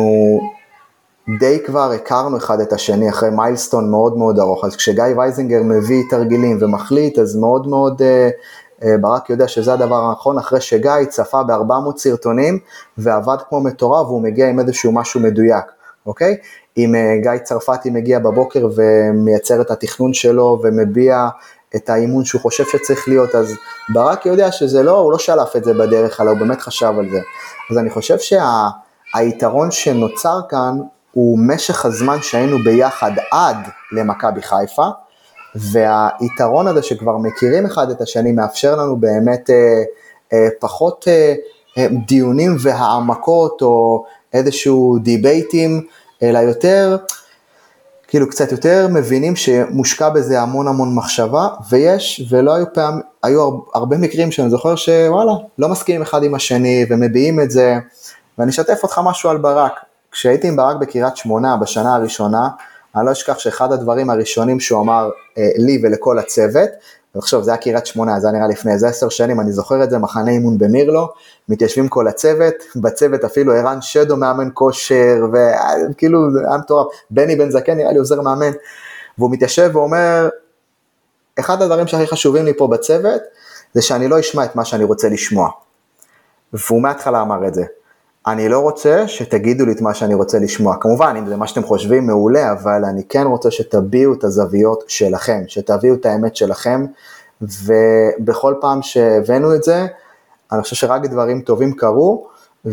די כבר הכרנו אחד את השני, אחרי מיילסטון מאוד מאוד ארוך, אז כשגיא וייזינגר מביא תרגילים ומחליט, אז מאוד מאוד ברק יודע שזה הדבר הנכון, אחרי שגיא צפה ב400 סרטונים, ועבד כמו מטורף, והוא מגיע עם איזשהו משהו מדויק, אוקיי? אם גיא צרפתי מגיע בבוקר, ומייצר את התכנון שלו, ומביע את האימון שהוא חושב שצריך להיות, אז ברק יודע שזה לא, הוא לא שלף את זה בדרך, אלא הוא באמת חשב על זה. אז אני חושב שהיתרון שנוצר כאן, הוא משך הזמן שהיינו ביחד עד למכבי חיפה, והיתרון הזה שכבר מכירים אחד את השני, מאפשר לנו באמת פחות דיונים והעמקות, או איזשהו דיבייטים, אלא יותר, כאילו קצת יותר מבינים שמושקע בזה המון המון מחשבה, ולא היו הרבה מקרים שאני זוכר שוואלה, לא מסכימים אחד עם השני, ומביעים את זה, ואני אשתף אותך משהו על ברק, כשהייתי עם ברק בקריית שמונה בשנה הראשונה, אני לא אשכח שאחד הדברים הראשונים שהוא אמר לי ולכל הצוות, ועכשיו זה היה קריית שמונה, זה נראה לפני איזה 10 שנים, אני זוכר את זה, מחנה אימון במירלו, מתיישבים כל הצוות, בצוות אפילו ערן שדו מאמן כושר, וכאילו זה היה מטורף, בני בן זקן נראה לי עוזר מאמן, והוא מתיישב ואומר, אחד הדברים שהכי חשובים לי פה בצוות, זה שאני לא אשמע את מה שאני רוצה לשמוע, והוא מההתחלה אמר את זה, אני לא רוצה שתגידו לי את מה שאני רוצה לשמוע, כמובן אם זה מה שאתם חושבים מעולה, אבל אני כן רוצה שתביאו את הזוויות שלכם, שתביאו את האמת שלכם, ובכל פעם שהבאנו את זה, אני חושב שרק דברים טובים קרו,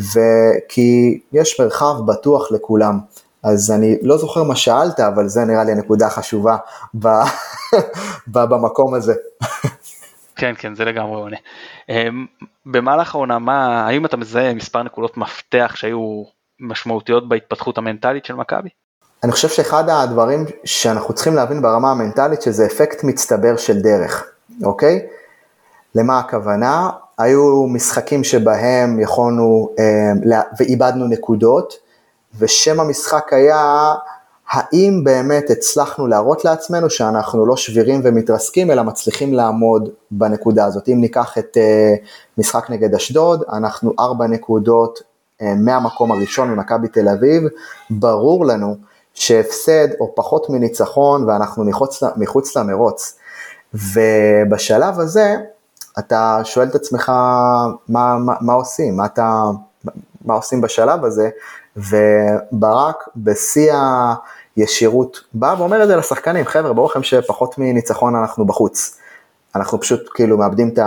כי יש מרחב בטוח לכולם, אז אני לא זוכר מה שאלת, אבל זה נראה לי הנקודה החשובה במקום הזה. כן, כן, כן, זה לגמרי עונה. במהלך העונה, האם אתה מזהה מספר נקודות מפתח שהיו משמעותיות בהתפתחות המנטלית של מכבי? אני חושב שאחד הדברים שאנחנו צריכים להבין ברמה המנטלית, שזה אפקט מצטבר של דרך, אוקיי? למה הכוונה? היו משחקים שבהם יכולנו ואיבדנו נקודות, ושם המשחק היה, האם באמת הצלחנו להראות לעצמנו שאנחנו לא שבירים ומתרסקים, אלא מצליחים לעמוד בנקודה הזאת. אם ניקח את משחק נגד אשדוד, אנחנו 4 נקודות מהמקום הראשון ממכבי תל אביב, ברור לנו שהפסד או פחות מניצחון, ואנחנו מחוץ למרוץ. ובשלב הזה, אתה שואל את עצמך מה עושים, מה עושים בשלב הזה, וברק בשיא הישירות בא ואומר את זה לשחקנים, חבר'ה, ברור לכם שפחות מניצחון אנחנו בחוץ, אנחנו פשוט כאילו מאבדים את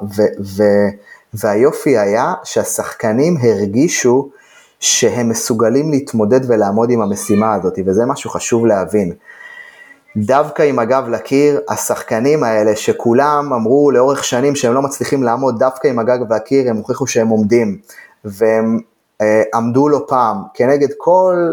והיופי היה שהשחקנים הרגישו שהם מסוגלים להתמודד ולעמוד עם המשימה הזאת, וזה משהו חשוב להבין. דווקא עם הגב לקיר, השחקנים האלה שכולם אמרו לאורך שנים שהם לא מצליחים לעמוד, דווקא עם הגב לקיר הם הוכיחו שהם עומדים, והם עמדו לו פעם, כנגד כל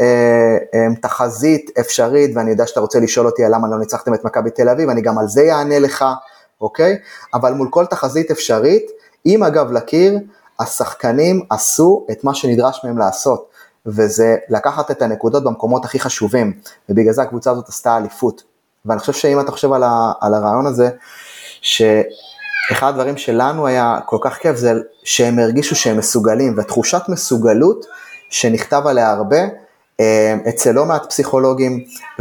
תחזית אפשרית, ואני יודע שאתה רוצה לשאול אותי על למה לא ניצחתם את מכבי תל אביב, אני גם על זה יענה לך, אוקיי? אבל מול כל תחזית אפשרית, עם הגב לקיר, השחקנים עשו את מה שנדרש מהם לעשות, וזה לקחת את הנקודות במקומות הכי חשובים, ובגלל זה הקבוצה הזאת עשתה אליפות. ואני חושב שאם אתה חושב על הרעיון הזה, שאחד הדברים שלנו היה כל כך כיף, זה שהם הרגישו שהם מסוגלים, ותחושת מסוגלות שנכתב עליה הרבה, אצל לא מעט פסיכולוגים,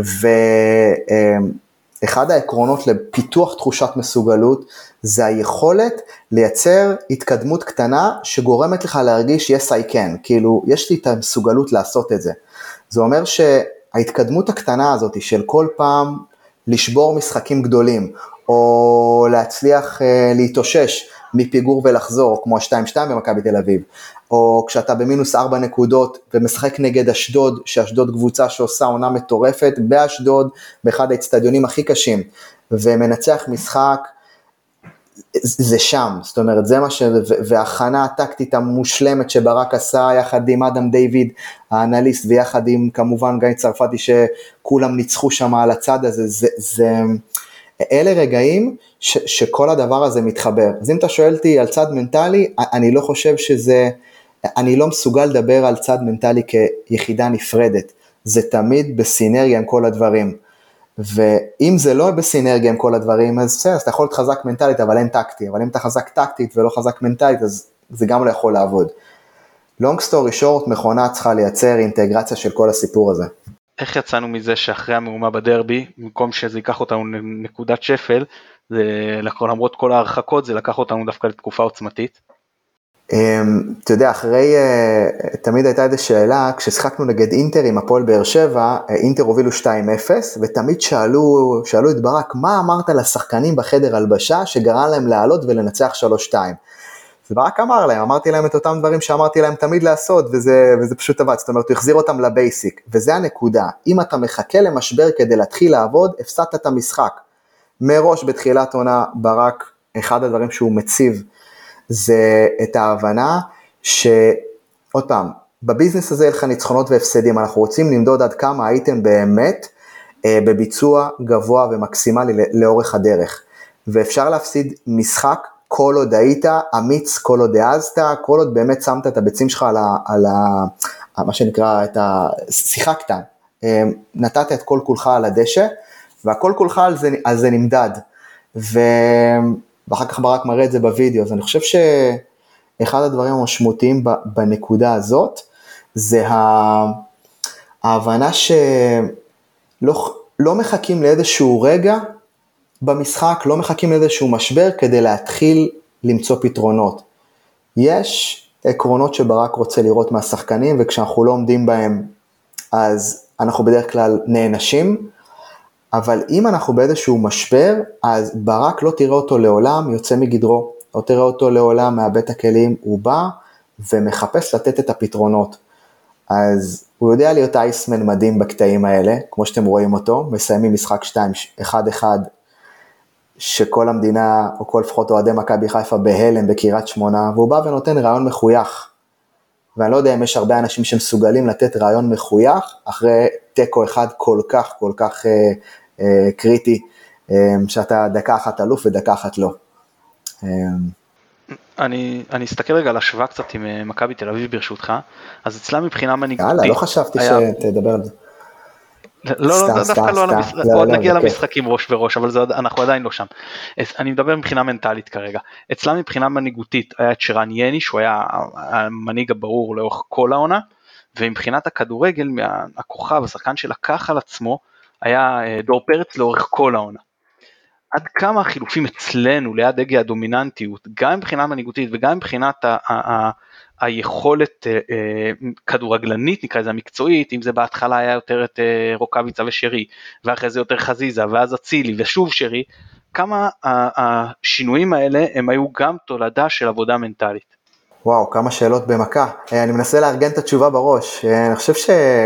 ואחד העקרונות לפיתוח תחושת מסוגלות, זה היכולת לייצר התקדמות קטנה, שגורמת לך להרגיש yes I can, כאילו יש לי את המסוגלות לעשות את זה. זה אומר שההתקדמות הקטנה הזאת, של כל פעם לשבור משחקים גדולים, או להצליח להתאושש מפיגור ולחזור, כמו 2-2 במכבי תל אביב, או כשאתה במינוס 4 נקודות, ומשחק נגד אשדוד, שאשדוד קבוצה שעושה עונה מטורפת, באשדוד, באחד האצטדיונים הכי קשים, ומנצח משחק, זה שם, זאת אומרת, זה מה וההכנה הטקטית המושלמת שברק עשה, יחד עם אדם דיוויד, האנליסט, ויחד עם כמובן גיא צרפתי, שכולם ניצחו שם על הצד הזה, אלה רגעים שכל הדבר הזה מתחבר. אז אם אתה שואל אותי על צד מנטלי, אני לא חושב אני לא מסוגל לדבר על צד מנטלי כיחידה נפרדת, זה תמיד בסינרגיה עם כל הדברים, ואם זה לא בסינרגיה עם כל הדברים, אז אתה יכול להיות חזק מנטלית, אבל אין טקטי, אבל אם אתה חזק טקטית ולא חזק מנטלית, אז זה גם לא יכול לעבוד. Long story short, מכונה צריכה לייצר אינטגרציה של כל הסיפור הזה. איך יצאנו מזה שאחרי המהומה בדרבי, במקום שזה ייקח אותנו לנקודת שפל, למרות כל ההרחקות, זה לקח אותנו דווקא לתקופה עוצמתית? אתה יודע, תמיד הייתה איזו שאלה, כששחקנו נגד אינטר עם הפועל באר שבע, אינטר הובילו 2-0, ותמיד שאלו את ברק, מה אמרת לשחקנים בחדר הלבשה, שגרם להם לעלות ולנצח 3-2? וברק אמרתי להם את אותם דברים שאמרתי להם תמיד לעשות, וזה פשוט עבד, זאת אומרת, הוא החזיר אותם לבייסיק, וזה הנקודה, אם אתה מחכה למשבר כדי להתחיל לעבוד, הפסדת את המשחק. מראש בתחילת עונה, ברק, אחד הדברים שהוא מציב, זה את ההבנה שעוד פעם, בביזנס הזה לך ניצחונות והפסדים, אנחנו רוצים למדוד עד כמה הייתם באמת בביצוע גבוה ומקסימלי לאורך הדרך, ואפשר להפסיד משחק כל עוד היית אמיץ, כל עוד העזת, כל עוד באמת שמת את הביצים שלך על מה שנקרא, שיחקת, נתת את כל כולך על הדשא, והכל כולך על זה נמדד, ואחר כך ברק מראה את זה בווידאו, אז אני חושב שאחד הדברים המשמעותיים בנקודה הזאת, זה ההבנה שלא מחכים לאיזשהו רגע במשחק, לא מחכים לאיזשהו משבר כדי להתחיל למצוא פתרונות. יש עקרונות שברק רוצה לראות מהשחקנים, וכשאנחנו לא עומדים בהם, אז אנחנו בדרך כלל נענשים, אבל אם אנחנו באיזשהו משבר, אז ברק לא תראה אותו לעולם, יוצא מגדרו, לא תראה אותו לעולם מאבד הכלים, הוא בא ומחפש לתת את הפתרונות. אז הוא יודע להיות אייסמן מדהים בקטעים האלה, כמו שאתם רואים אותו, מסיימים משחק 2-1-1, שכל המדינה, או כל לפחות אוהדי מכבי חיפה בהלם בקריית שמונה, והוא בא ונותן רעיון מחוייך, ואני לא יודע אם יש הרבה אנשים שמסוגלים לתת רעיון מחוייך, אחרי טקו אחד כל כך קריטי, שאתה דקה אחת אלוף ודקה אחת לא. אני אסתכל רגע על השוואה קצת עם מכבי תל אביב ברשותך, אז אצלה מבחינה מנהיגותית. יאללה, לא חשבתי שתדבר על זה. לא, דווקא לא על המשחק, עוד נגיע למשחקים ראש בראש, אבל אנחנו עדיין לא שם. אני מדבר מבחינה מנטלית כרגע. אצלה מבחינה מנהיגותית היה את שרן יני, שהוא היה המנהיג הברור לאורך כל העונה, ומבחינת הכדורגל, הכוכב, השחקן שלקח על עצמו, היה דור פרץ לאורך כל העונה. עד כמה החילופים אצלנו ליד הגה הדומיננטיות, גם מבחינה מנהיגותית וגם מבחינת היכולת כדורגלנית, נקרא לזה המקצועית, אם זה בהתחלה היה יותר את רוקאביצה ושרי, ואחרי זה יותר חזיזה, ואז אצילי ושוב שרי, כמה השינויים האלה הם היו גם תולדה של עבודה מנטלית. וואו, כמה שאלות במכה. אני מנסה לארגן את התשובה בראש. אני חושב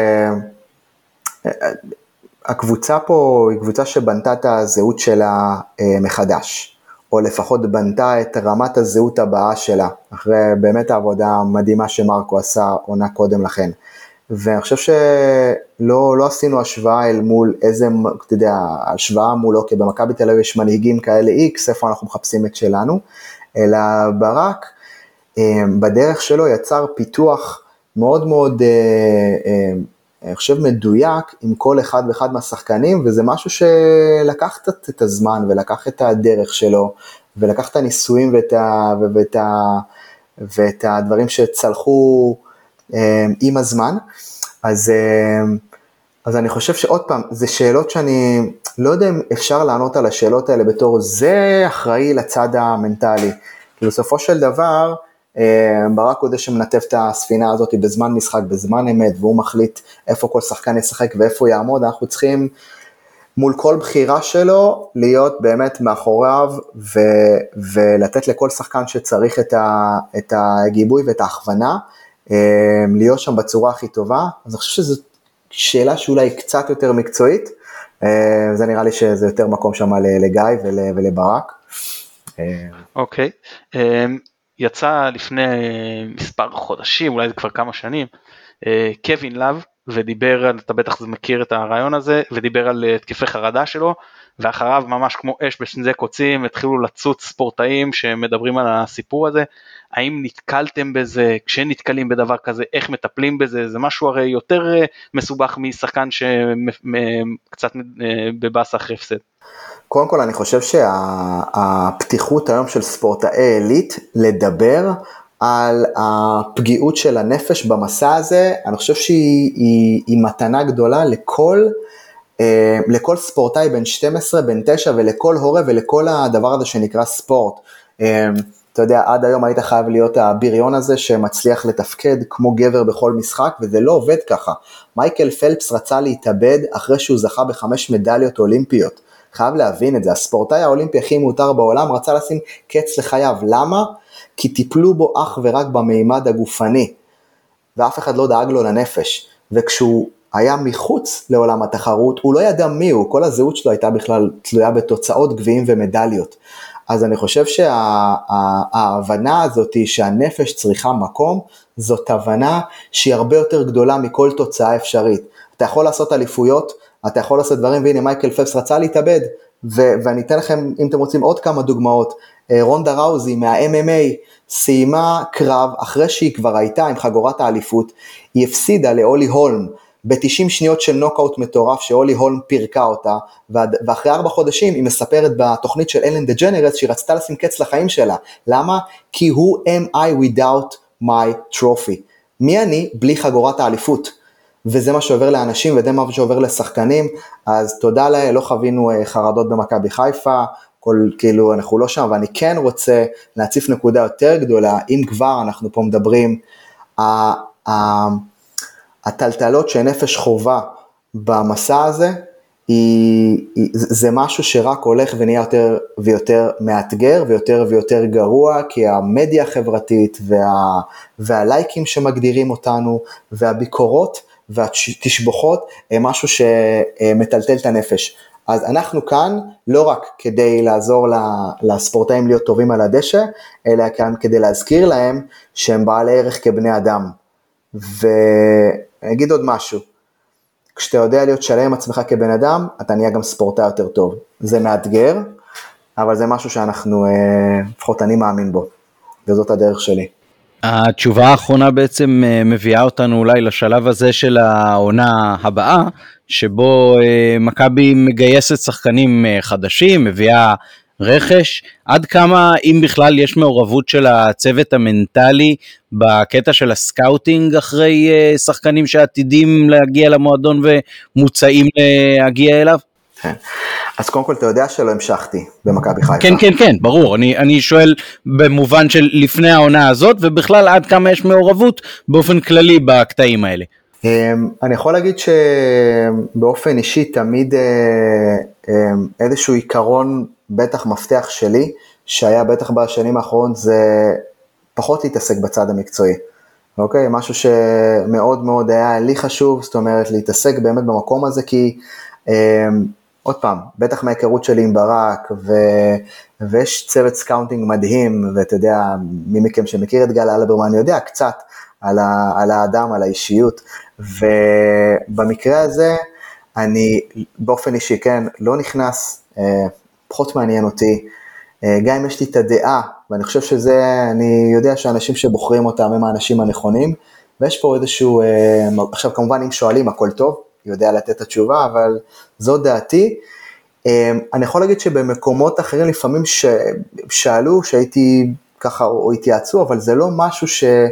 שהקבוצה פה היא קבוצה שבנתה את הזהות שלה מחדש, או לפחות בנתה את רמת הזהות הבאה שלה, אחרי באמת העבודה המדהימה שמרקו עשה עונה קודם לכן. ואני חושב שלא עשינו השוואה אל מול איזה, אתה יודע, השוואה מול, אוקיי, במכבי תל אביב יש מנהיגים כאלה X, איפה אנחנו מחפשים את שלנו, אלא ברק, בדרך שלו יצר פיתוח מאוד מאוד, אני חושב מדויק, עם כל אחד ואחד מהשחקנים, וזה משהו שלקח את הזמן, ולקח את הדרך שלו, ולקח את הניסויים ואת הדברים שצלחו עם הזמן. אז אני חושב שעוד פעם, זה שאלות שאני לא יודע אם אפשר לענות על השאלות האלה בתור זה אחראי לצד המנטלי. כי בסופו של דבר, ברק הוא זה שמנתב את הספינה הזאת בזמן משחק, בזמן אמת, והוא מחליט איפה כל שחקן ישחק ואיפה יעמוד. אנחנו צריכים מול כל בחירה שלו להיות באמת מאחוריו ולתת לכל שחקן שצריך את הגיבוי ואת ההכוונה, להיות שם בצורה הכי טובה. אז אני חושב שזו שאלה שאולי קצת יותר מקצועית, זה נראה לי שזה יותר מקום שם לגיא ולברק. אוקיי. יצא לפני מספר חודשים, אולי זה כבר כמה שנים, קווין לב, ודיבר על, אתה בטח מכיר את הרעיון הזה, ודיבר על תקפי חרדה שלו, ואחריו ממש כמו אש בשנזי קוצים, התחילו לצוץ ספורטאים שמדברים על הסיפור הזה. האם נתקלתם בזה? כשנתקלים בדבר כזה, איך מטפלים בזה? זה משהו הרי יותר מסובך משחקן שקצת בבאס אחרי הפסד. קודם כל אני חושב שהפתיחות היום של ספורטאי אליט לדבר על הפגיעות של הנפש במסע הזה, אני חושב שהיא מתנה גדולה לכל ספורטאי בין 12, בין 9 ולכל הורה ולכל הדבר הזה שנקרא ספורט. אתה יודע, עד היום היית חייב להיות הבריון הזה שמצליח לתפקד כמו גבר בכל משחק, וזה לא עובד ככה. מייקל פלפס רצה להתאבד אחרי שהוא זכה ב5 מדליות אולימפיות. חייב להבין את זה, הספורטאי האולימפי הכי מותר בעולם רצה לשים קץ לחייו. למה? כי טיפלו בו אך ורק במימד הגופני, ואף אחד לא דאג לו לנפש. וכשהוא היה מחוץ לעולם התחרות, הוא לא ידע מי הוא, כל הזהות שלו הייתה בכלל תלויה בתוצאות גביעים ומדליות. אז אני חושב שההבנה הזאת שהנפש צריכה מקום, זאת הבנה שהיא הרבה יותר גדולה מכל תוצאה אפשרית. אתה יכול לעשות אליפויות, אתה יכול לעשות דברים, והנה מייקל פלפס רצה להתאבד, ואני אתן לכם, אם אתם רוצים, עוד כמה דוגמאות. רונדה ראוזי מה-MMA סיימה קרב, אחרי שהיא כבר הייתה עם חגורת האליפות, היא הפסידה לאולי הולם, ב-90 שניות של נוקאוט מטורף, שאולי הולם פירקה אותה, ואחרי 4 חודשים היא מספרת בתוכנית של אלן דה ג'נרס, שהיא רצתה לשים קץ לחיים שלה. למה? כי who am I without my trophy? מי אני בלי חגורת האליפות? וזה מה שעובר לאנשים, וזה מה שעובר לשחקנים. אז תודה לה, לא חווינו חרדות במכבי חיפה, כאילו אנחנו לא שם, ואני כן רוצה להציף נקודה יותר גדולה, אם כבר אנחנו פה מדברים, הטלטלות שנפש חובה במסע הזה, זה משהו שרק הולך ונהיה יותר ויותר מאתגר, ויותר ויותר גרוע, כי המדיה החברתית, והלייקים שמגדירים אותנו, והביקורות, והתשבוכות, הם משהו שמטלטל את הנפש. אז אנחנו כאן לא רק כדי לעזור לספורטאים להיות טובים על הדשא, אלא כאן כדי להזכיר להם שהם בעלי ערך כבני אדם. ואגיד עוד משהו, כשאתה יודע להיות שלם עם עצמך כבן אדם, אתה נהיה גם ספורטאי יותר טוב. זה מאתגר, אבל זה משהו שאנחנו, לפחות אני מאמין בו, וזאת הדרך שלי. התשובה האחרונה בעצם מביאה אותנו אולי לשלב הזה של העונה הבאה, שבו מכבי מגייסת שחקנים חדשים, מביאה רכש, עד כמה אם בכלל יש מעורבות של הצוות המנטלי בקטע של הסקאוטינג אחרי שחקנים שעתידים להגיע למועדון ומוצאים להגיע אליו? כן. אז קודם כל אתה יודע שלא המשכתי במכבי חיפה. כן, ברור. אני שואל במובן של לפני העונה הזאת, ובכלל עד כמה יש מעורבות באופן כללי בקטעים האלה. אני יכול להגיד שבאופן אישי תמיד איזשהו עיקרון בטח מפתח שלי, שהיה בטח בשנים האחרונות, זה פחות להתעסק בצד המקצועי. אוקיי? משהו שמאוד מאוד היה לי חשוב, זאת אומרת להתעסק באמת במקום הזה, כי עוד פעם, בטח מההיכרות שלי עם ברק, ויש צוות סקאונטינג מדהים, ואתה יודע, מי מכם שמכיר את גל אלברמן, אני יודע קצת על האדם, על האישיות, ובמקרה הזה, אני באופן אישי, כן, לא נכנס, פחות מעניין אותי, גם אם יש לי את הדעה, ואני חושב שזה, אני יודע שאנשים שבוחרים אותם הם האנשים הנכונים, ויש פה איזשהו, עכשיו כמובן אם שואלים הכל טוב, יודע לתת את התשובה, אבל זו דעתי. אני יכול להגיד שבמקומות אחרים לפעמים שאלו, שהייתי ככה או התייעצו, אבל זה לא משהו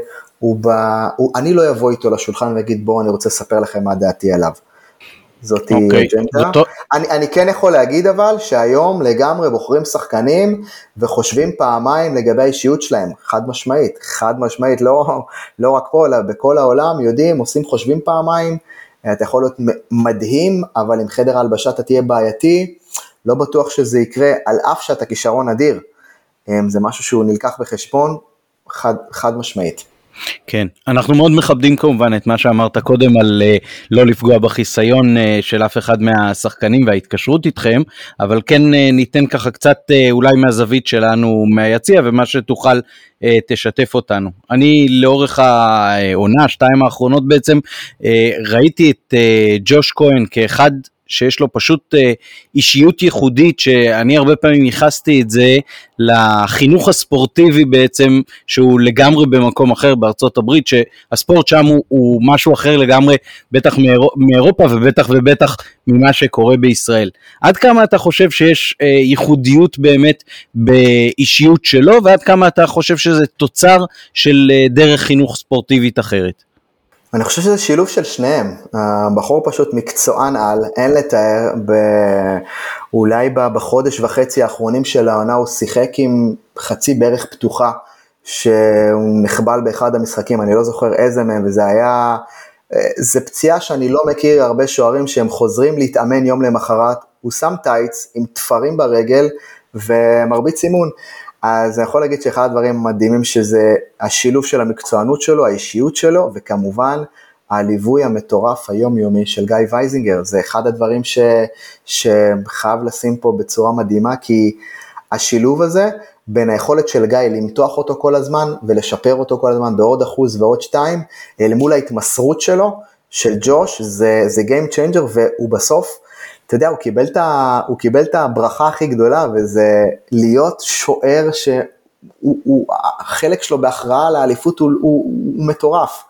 אני לא אבוא איתו לשולחן ויגיד בואו אני רוצה לספר לכם מה דעתי עליו. זאת אג'נדה. אני כן יכול להגיד אבל שהיום לגמרי בוחרים שחקנים וחושבים פעמיים לגבי האישיות שלהם, חד משמעית, לא רק פה אלא בכל העולם יודעים, חושבים פעמיים, אתה יכול להיות מדהים, אבל עם חדר הלבשה אתה תהיה בעייתי, לא בטוח שזה יקרה, על אף שאתה כישרון אדיר, זה משהו שהוא נלקח בחשבון, חד משמעית. כן, אנחנו מאוד מכבדים כמובן את מה שאמרת קודם על לא לפגוע בחיסיון של אף אחד מהשחקנים וההתקשרות איתכם, אבל כן ניתן ככה קצת אולי מהזווית שלנו מהיציע, ומה שתוכל תשתף אותנו. אני לאורך העונה, 2 האחרונות בעצם, ראיתי את ג'וש כהן כאחד שיש לו פשוט אישיות ייחודית, שאני הרבה פעמים ייחסתי את זה לחינוך הספורטיבי בעצם, שהוא לגמרי במקום אחר בארצות הברית, שהספורט שם הוא משהו אחר לגמרי, בטח מאירופה ובטח ממה שקורה בישראל. עד כמה אתה חושב שיש ייחודיות באמת באישיות שלו, ועד כמה אתה חושב שזה תוצר של דרך חינוך ספורטיבית אחרת? אני חושב שזה שילוב של שניהם, הבחור פשוט מקצוען על, אין לתאר, אולי בחודש וחצי האחרונים של העונה הוא שיחק עם חצי בערך פתוחה, שהוא נחבל באחד המשחקים, אני לא זוכר איזה מהם, וזה היה, זה פציעה שאני לא מכיר הרבה שוערים שהם חוזרים להתאמן יום למחרת, הוא שם טייץ עם תפרים ברגל ומרביץ אימון, אז אני יכול להגיד שאחד הדברים המדהימים שזה השילוב של המקצוענות שלו, האישיות שלו, וכמובן הליווי המטורף היומיומי של גיא וייזינגר, זה אחד הדברים שחייב לשים פה בצורה מדהימה, כי השילוב הזה בין היכולת של גיא למתוח אותו כל הזמן, ולשפר אותו כל הזמן בעוד 1% ועוד 2, אל מול ההתמסרות שלו, של ג'וש, זה game changer, והוא בסוף, אתה יודע, הוא קיבל את הברכה הכי גדולה, וזה להיות שוער החלק שלו בהכרעה לאליפות הוא מטורף,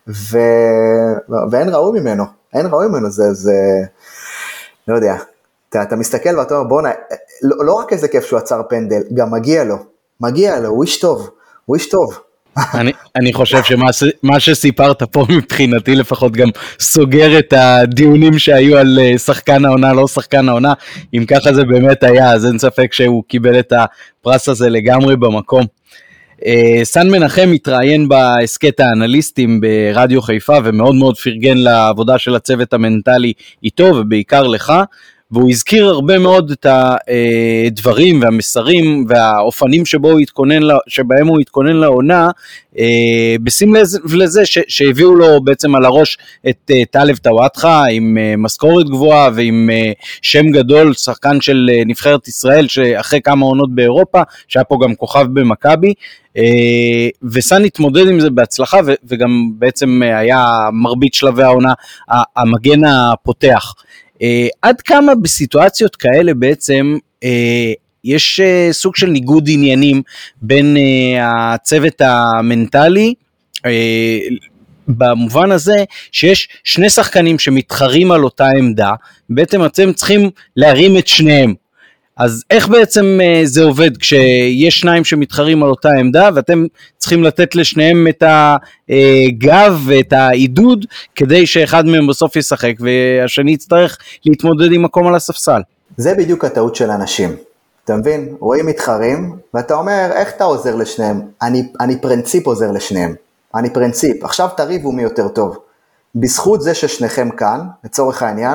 ואין ראוי ממנו, זה, לא יודע, אתה מסתכל ואתה אומר, בוא, לא רק איזה כיף שהוא עצר פנדל, גם מגיע לו, הוא איש טוב. אני חושב שמה שסיפרת פה מבחינתי לפחות גם סוגר את הדיונים שהיו על שחקן העונה, לא שחקן העונה, אם ככה זה באמת היה, אז אין ספק שהוא קיבל את הפרס הזה לגמרי במקום. סן מנחם התראיין בעסקת האנליסטים ברדיו חיפה, ומאוד מאוד פרגן לעבודה של הצוות המנטלי איתו, ובעיקר לך, והוא הזכיר הרבה מאוד את הדברים והמסרים והאופנים שבהם הוא התכונן לעונה, בשים לזה שהביאו לו בעצם על הראש את טלב טוואטחה עם משכורת גבוהה ועם שם גדול, שחקן של נבחרת ישראל שאחרי כמה עונות באירופה, שהיה פה גם כוכב במכבי, וסן התמודד עם זה בהצלחה, וגם בעצם היה מרבית שלבי העונה המגן הפותח. עד כמה בסיטואציות כאלה בעצם יש סוג של ניגוד עניינים בין הצוות המנטלי, במובן הזה שיש שני שחקנים שמתחרים על אותה עמדה, בעצם אתם צריכים להרים את שניהם. אז איך בעצם זה עובד כשיש שניים שמתחרים על אותה עמדה, ואתם צריכים לתת לשניהם את הגב ואת העידוד, כדי שאחד מהם בסוף ישחק, והשני יצטרך להתמודד עם מקום על הספסל? זה בדיוק הטעות של אנשים. אתה מבין? רואים מתחרים, ואתה אומר, איך אתה עוזר לשניהם? אני פרינציפ עוזר לשניהם. אני פרינציפ. עכשיו תריבו מי יותר טוב. בזכות זה ששניכם כאן, לצורך העניין,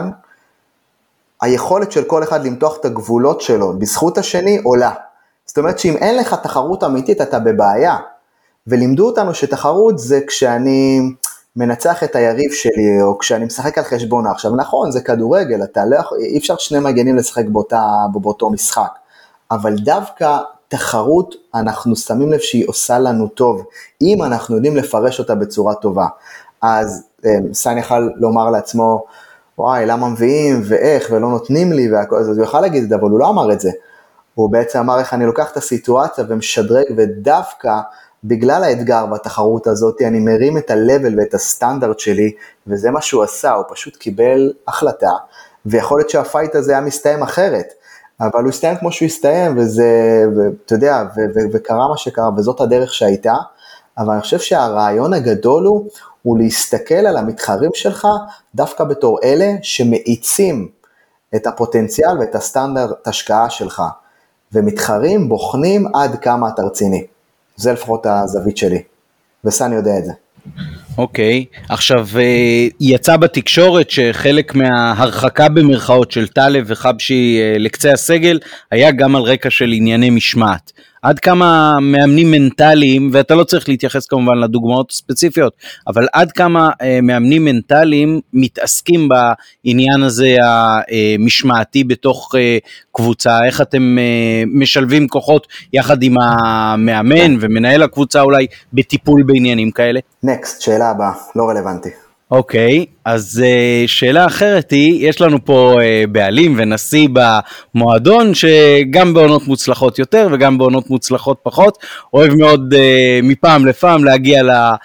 היכולת של כל אחד למתוח את הגבולות שלו, בזכות השני עולה. זאת אומרת שאם אין לך תחרות אמיתית, אתה בבעיה. ולימדו אותנו שתחרות זה כשאני מנצח את היריב שלי, או כשאני משחק על חשבונה. עכשיו נכון, זה כדורגל, אי אפשר שני מגנים לשחק באותו משחק. אבל דווקא תחרות, אנחנו שמים לב שהיא עושה לנו טוב, אם אנחנו יודעים לפרש אותה בצורה טובה. אז סן יכל לומר לעצמו, וואי, למה מביאים ואיך ולא נותנים לי והכל, אז הוא יוכל להגיד את זה, אבל הוא לא אמר את זה. הוא בעצם אמר איך אני לוקח את הסיטואציה ומשדרג, ודווקא בגלל האתגר והתחרות הזאת, אני מרים את הלבל ואת הסטנדרט שלי, וזה מה שהוא עשה, הוא פשוט קיבל החלטה, ויכול להיות שהפייט הזה היה מסתיים אחרת, אבל הוא הסתיים כמו שהוא הסתיים, ואתה יודע, וקרה מה שקרה, וזאת הדרך שהייתה, אבל אני חושב שהרעיון הגדול הוא להסתכל על המתחרים שלך, דווקא בתור אלה שמאיצים את הפוטנציאל ואת הסטנדרט השקעה שלך, ומתחרים בוחנים עד כמה אתה רציני. זה לפחות הזווית שלי, וסן יודע את זה. אוקיי, עכשיו יצא בתקשורת שחלק מההרחקה במרכאות של טלב וחבשי לקצה הסגל, היה גם על רקע של ענייני משמעת. עד כמה מאמנים מנטליים, ואתה לא צריך להתייחס כמובן לדוגמאות ספציפיות, אבל עד כמה מאמנים מנטליים מתעסקים בעניין הזה המשמעתי בתוך קבוצה, איך אתם משלבים כוחות יחד עם המאמן ומנהל הקבוצה אולי בטיפול בעניינים כאלה? נקסט, שאלה הבאה, לא רלוונטי. אוקיי, אז שאלה אחרת היא, יש לנו פה בעלים ונשיא במועדון, שגם בעונות מוצלחות יותר וגם בעונות מוצלחות פחות, אוהב מאוד מפעם לפעם להגיע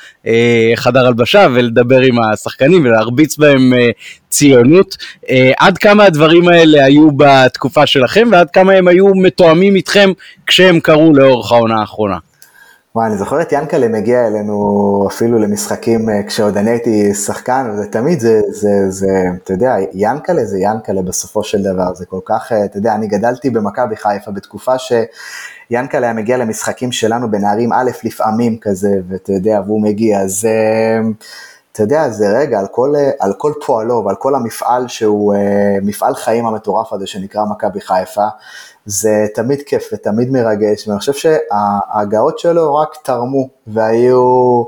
לחדר הלבשה ולדבר עם השחקנים ולהרביץ בהם ציונות. עד כמה הדברים האלה היו בתקופה שלכם, ועד כמה הם היו מתואמים איתכם כשהם קרו לאורך העונה האחרונה? וואי, אני זוכר את ינקלה מגיע אלינו אפילו למשחקים כשעוד אני הייתי שחקן, וזה תמיד אתה יודע, ינקלה זה ינקלה בסופו של דבר, זה כל כך, אתה יודע, אני גדלתי במכבי חיפה בתקופה שיאנקלה היה מגיע למשחקים שלנו בנערים א' לפעמים כזה, ואתה יודע, והוא מגיע, אז אתה יודע, זה רגע, על כל פועלו ועל כל המפעל שהוא מפעל חיים המטורף הזה שנקרא מכבי חיפה, זה תמיד כיף ותמיד מרגש, ואני חושב שההגעות שלו רק תרמו, והיו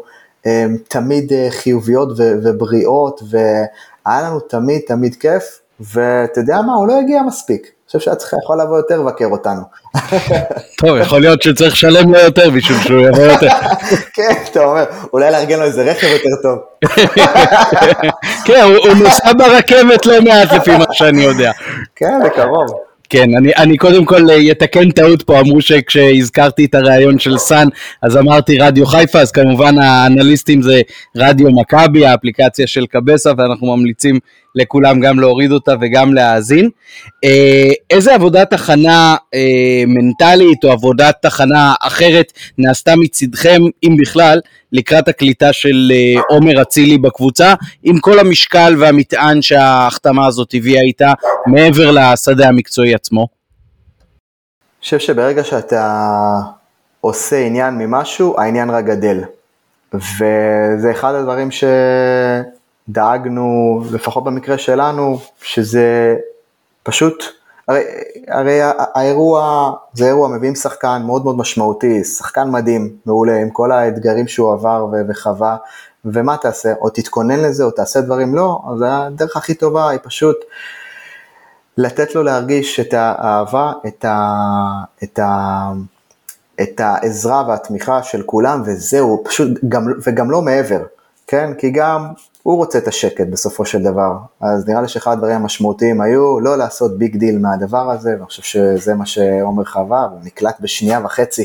תמיד חיוביות ובריאות, והיה לנו תמיד כיף, ואתה יודע מה, הוא לא הגיע מספיק, אני חושב שאת יכול לבוא יותר לבקר אותנו. טוב, יכול להיות שצריך לשלם לו יותר בשביל שהוא יבוא יותר. כן, אתה אומר, אולי לארגן לו איזה רכב יותר טוב. כן, הוא נוסע ברכבת לא מעט לפי מה שאני יודע. כן, בקרוב. כן, אני קודם כל יתקן טעות פה, אמרו שכשהזכרתי את הרעיון של סן, אז אמרתי רדיו חיפה, אז כמובן האנליסטים זה רדיו מכבי, האפליקציה של קבסה, ואנחנו ממליצים לכולם גם להוריד אותה וגם להאזין. איזה עבודת הכנה מנטלית או עבודת הכנה אחרת נעשתה מצדכם, אם בכלל, לקראת הקליטה של עומר אצילי בקבוצה, עם כל המשקל והמטען שההחתמה הזאת הביאה איתה, מעבר לשדה המקצועי עצמו? אני חושב שברגע שאתה עושה עניין ממשהו, העניין רק גדל. וזה אחד הדברים שדאגנו, לפחות במקרה שלנו, שזה פשוט, הרי האירוע, זה אירוע, מביאים שחקן מאוד מאוד משמעותי, שחקן מדהים, מעולה, עם כל האתגרים שהוא עבר וחווה, ומה תעשה? או תתכונן לזה, או תעשה דברים לא, אז הדרך הכי טובה היא פשוט לתת לו להרגיש את האהבה, את העזרה והתמיכה של כולם, וזהו, פשוט, וגם לא מעבר, כן? כי גם הוא רוצה את השקט בסופו של דבר, אז נראה לי שאחד הדברים המשמעותיים היו לא לעשות ביג דיל מהדבר הזה, ואני חושב שזה מה שעומר חווה, הוא נקלט בשנייה וחצי,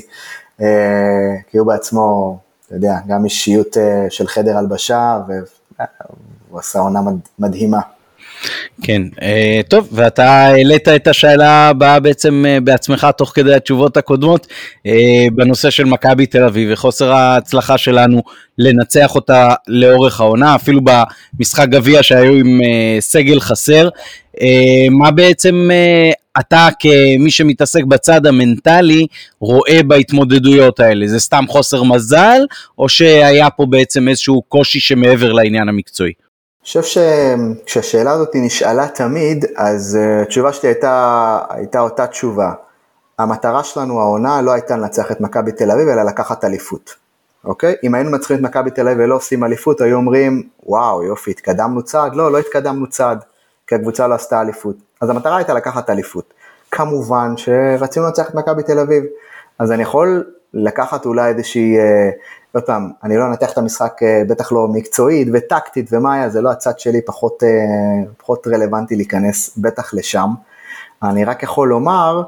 כי הוא בעצמו, אתה יודע, גם אישיות של חדר הלבשה, והוא עשה עונה מדהימה. כן, טוב, ואתה העלית את השאלה הבאה בעצם בעצמך תוך כדי התשובות הקודמות, בנושא של מכבי תל אביב, וחוסר ההצלחה שלנו לנצח אותה לאורך העונה, אפילו במשחק גביע שהיו עם סגל חסר, מה בעצם אתה כמי שמתעסק בצד המנטלי רואה בהתמודדויות האלה? זה סתם חוסר מזל, או שהיה פה בעצם איזשהו קושי שמעבר לעניין המקצועי? אני חושב שכשהשאלה הזאת נשאלה תמיד, אז התשובה שלי הייתה אותה תשובה. המטרה שלנו העונה לא הייתה לנצח את מכבי תל אביב, אלא לקחת אליפות. אוקיי? אם היינו מצליחים את מכבי תל אביב ולא עושים אליפות, היו אומרים, וואו, יופי, התקדמנו צעד? לא התקדמנו צעד, כי הקבוצה לא עשתה אליפות. אז המטרה הייתה לקחת אליפות. כמובן שרצינו לנצח את מכבי תל אביב. אז אני יכול לקחת אולי איזושהי, עוד פעם, אני לא אנתח את המשחק בטח לא מקצועית וטקטית ומה היה, זה לא הצד שלי, פחות רלוונטי להיכנס בטח לשם. אני רק יכול לומר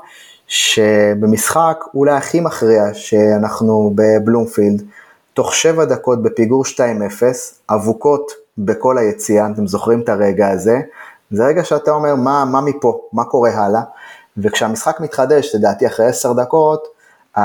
שבמשחק אולי הכי מכריע שאנחנו בבלומפילד, תוך 7 דקות בפיגור 2-0, אבוקות בכל היציאה, אתם זוכרים את הרגע הזה, זה רגע שאתה אומר מה מפה, מה קורה הלאה, וכשהמשחק מתחדש, לדעתי אחרי 10 דקות,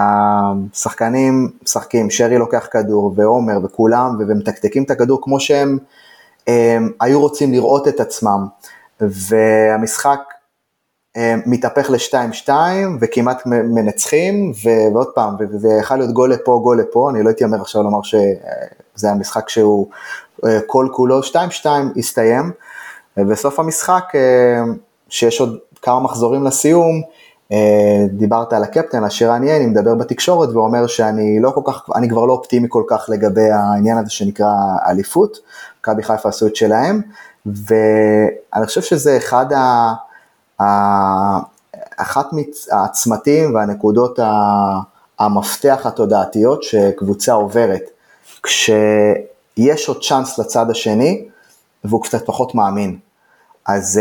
השחקנים משחקים, שרי לוקח כדור ועומר וכולם, ומתקתקים את הכדור כמו שהם היו רוצים לראות את עצמם, והמשחק מתהפך ל-2-2 וכמעט מנצחים, ועוד פעם, וזה יכול להיות גול לפה, אני לא התיימר עכשיו לומר שזה המשחק שהוא כל כולו, 2-2 הסתיים, ובסוף המשחק, שיש עוד כמה מחזורים לסיום, דיברת על הקפטן, השרן יני, מדבר בתקשורת ואומר שאני כבר לא אופטימי כל כך לגבי העניין הזה שנקרא אליפות, מכבי חיפה עשו את שלהם, ואני חושב שזה אחת מהצמתים והנקודות המפתח התודעתיות שקבוצה עוברת, כשיש עוד צ'אנס לצד השני, והוא קצת פחות מאמין. אז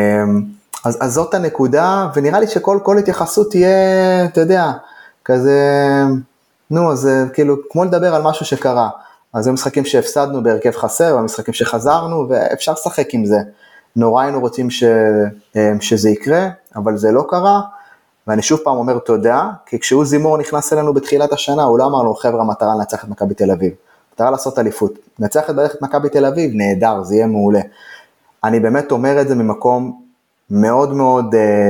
זאת הנקודה, ונראה לי שכל התייחסות תהיה, אתה יודע, כזה, אז כאילו, כמו לדבר על משהו שקרה, אז הם משחקים שהפסדנו בהרכב חסר, והמשחקים שחזרנו, ואפשר לשחק עם זה. נורא היינו רוצים שזה יקרה, אבל זה לא קרה, ואני שוב פעם אומר תודה, כי כשהוא זימור נכנס אלינו בתחילת השנה, הוא לא אמר לו, חבר'ה, המטרה לנצח את מכבי תל אביב, מטרה לעשות אליפות, נצח את מכבי תל אביב, נהדר, זה יהיה מעולה. אני באמת אומר את זה ממקום מאוד מאוד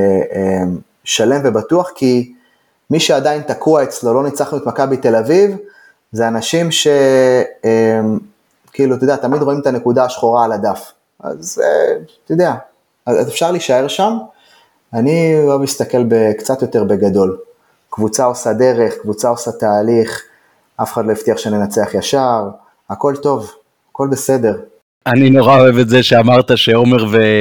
שלם ובטוח, כי מי שעדיין תקוע אצלו, לא ניצחנו את מכבי תל אביב, זה אנשים כאילו, אתה יודע, תמיד רואים את הנקודה השחורה על הדף, אז אתה יודע, אז אפשר להישאר שם, אני אוהב להסתכל קצת יותר בגדול, קבוצה עושה דרך, קבוצה עושה תהליך, אף אחד לא הבטיח שננצח ישר, הכל טוב, הכל בסדר. אני נורא אוהב את זה שאמרת שעומר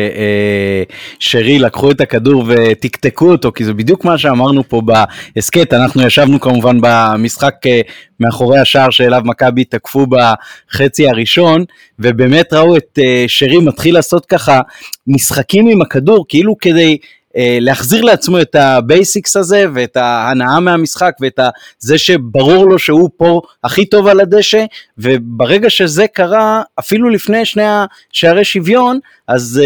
ושרי לקחו את הכדור ותקתקו אותו, כי זה בדיוק מה שאמרנו פה בהסקט, אנחנו ישבנו כמובן במשחק מאחורי השער שאליו מכבי תקפו בחצי הראשון, ובאמת ראו את שרי מתחיל לעשות ככה משחקים עם הכדור, כאילו כדי להחזיר לעצמו את הבייסיקס הזה, ואת ההנאה מהמשחק, ואת זה שברור לו שהוא פה הכי טוב על הדשא, וברגע שזה קרה, אפילו לפני שני שערי שוויון, אז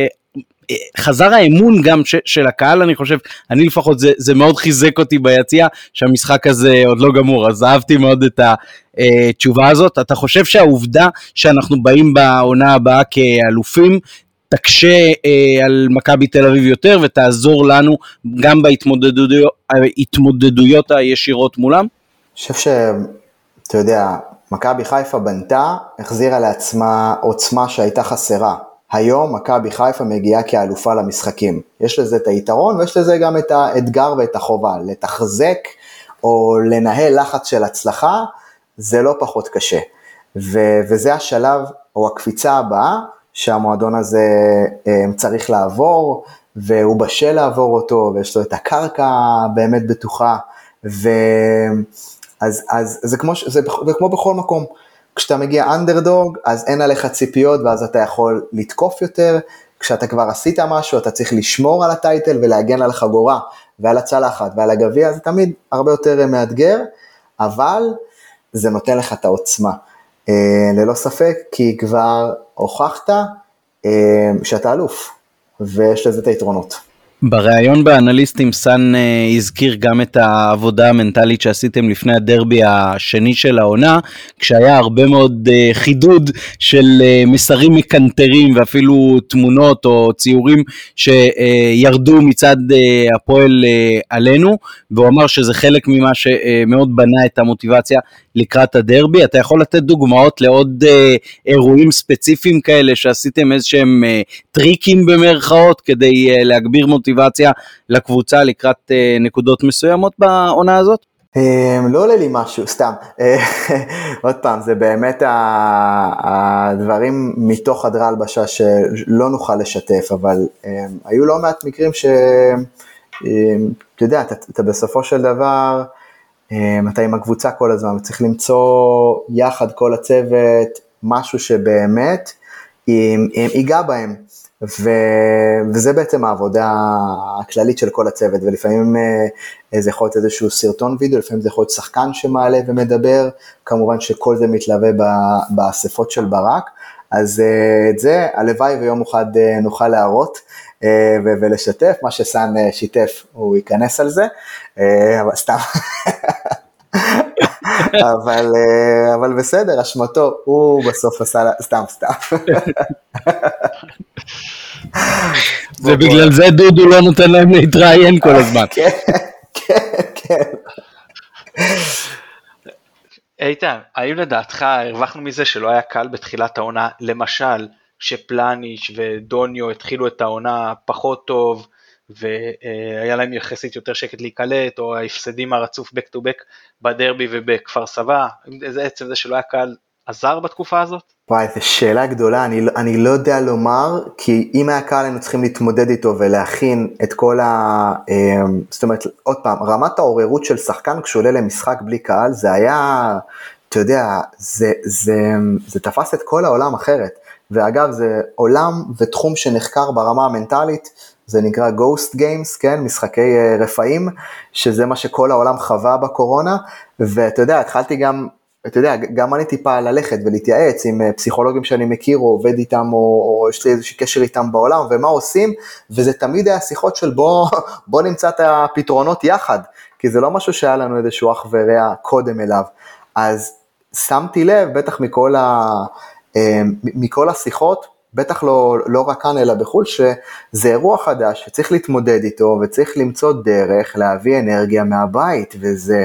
חזר האמון גם של הקהל, אני חושב, אני לפחות, זה מאוד חיזק אותי ביציאה, שהמשחק הזה עוד לא גמור, אז אהבתי מאוד את התשובה הזאת. אתה חושב שהעובדה שאנחנו באים בעונה הבאה כאלופים, תקשה על מכבי תל אביב יותר, ותעזור לנו גם בהתמודדויות הישירות מולם? אני חושב שאתה יודע, מכבי חיפה בנתה, החזירה לעצמה עוצמה שהייתה חסרה, היום מכבי חיפה מגיעה כאלופה למשחקים. יש לזה את היתרון ויש לזה גם את האתגר ואת החובה. לתחזק או לנהל לחץ של הצלחה, זה לא פחות קשה. וזה השלב או הקפיצה הבאה שהמועדון הזה צריך לעבור, והוא בשל לעבור אותו, ויש לו את הקרקע באמת בטוחה, אז זה כמו בכל מקום. כשאתה מגיע אנדרדוג, אז אין עליך ציפיות, ואז אתה יכול לתקוף יותר. כשאתה כבר עשית משהו, אתה צריך לשמור על הטייטל, ולהגן על החגורה, ועל הצלחת, ועל הגביע, זה תמיד הרבה יותר מאתגר, אבל זה נותן לך את העוצמה. ללא ספק, כי כבר הוכחת שאתה אלוף, ויש לזה את היתרונות. בריאיון באנליסטים סן הזכיר גם את העבודה המנטלית שעשיתם לפני הדרבי השני של העונה, כשהיה הרבה מאוד חידוד של מסרים מקנטרים ואפילו תמונות או ציורים שירדו מצד הפועל עלינו, והוא אמר שזה חלק ממה שמאוד בנה את המוטיבציה לקראת הדרבי. אתה יכול לתת דוגמאות לעוד אירועים ספציפיים כאלה שעשיתם איזשהם טריקים במרכאות כדי להגביר מוטיבציה לקבוצה לקראת נקודות מסוימות בעונה הזאת? לא עולה לי משהו, סתם. עוד פעם, זה באמת הדברים מתוך חדרי הלבשה שלא נוכל לשתף, אבל היו לא מעט מקרים אתה יודע, אתה בסופו של דבר, אתה עם הקבוצה כל הזמן, צריך למצוא יחד כל הצוות, משהו שבאמת ייגע בהם, וזה בעצם העבודה הכללית של כל הצוות, ולפעמים זה יכול להיות איזשהו סרטון וידאו, לפעמים זה יכול להיות שחקן שמעלה ומדבר, כמובן שכל זה מתלווה באספות של ברק, אז את זה הלוואי ויום אחד נוכל להראות, ולשתף, מה שסן שיתף הוא ייכנס על זה, אבל סתם, אבל בסדר, אשמתו, הוא בסוף עשה, סתם. זה בגלל זה דודו לא נותן להם להתראיין כל הזמן. כן. איתן, האם לדעתך הרווחנו מזה שלא היה קל בתחילת העונה, למשל שפלניץ' ודוניו התחילו את העונה פחות טוב, והיה להם יחסית יותר שקט להיקלט, או ההפסדים הרצוף back to back בדרבי ובכפר סבא, עצם זה שלא היה קל עזר בתקופה הזאת? וואי, זו שאלה גדולה, אני לא יודע לומר, כי אם היה קל היינו צריכים להתמודד איתו ולהכין את כל זאת אומרת, עוד פעם, רמת העוררות של שחקן כשעולה למשחק בלי קהל, זה היה, אתה יודע, זה תפס את כל העולם אחרת, ואגב זה עולם ותחום שנחקר ברמה המנטלית, זה נקרא Ghost Games, כן, משחקי רפאים, שזה מה שכל העולם חווה בקורונה, ואתה יודע, התחלתי גם, אתה יודע, גם אני טיפה ללכת ולהתייעץ עם פסיכולוגים שאני מכיר, או עובד איתם, או יש לי איזשהו קשר איתם בעולם, ומה עושים, וזה תמיד היה שיחות של בוא נמצא את הפתרונות יחד, כי זה לא משהו שהיה לנו איזשהו אח ורע קודם אליו, אז שמתי לב, בטח מכל השיחות, בטח לא רק כאן אלא בחול, שזה אירוע חדש, שצריך להתמודד איתו, וצריך למצוא דרך להביא אנרגיה מהבית, וזה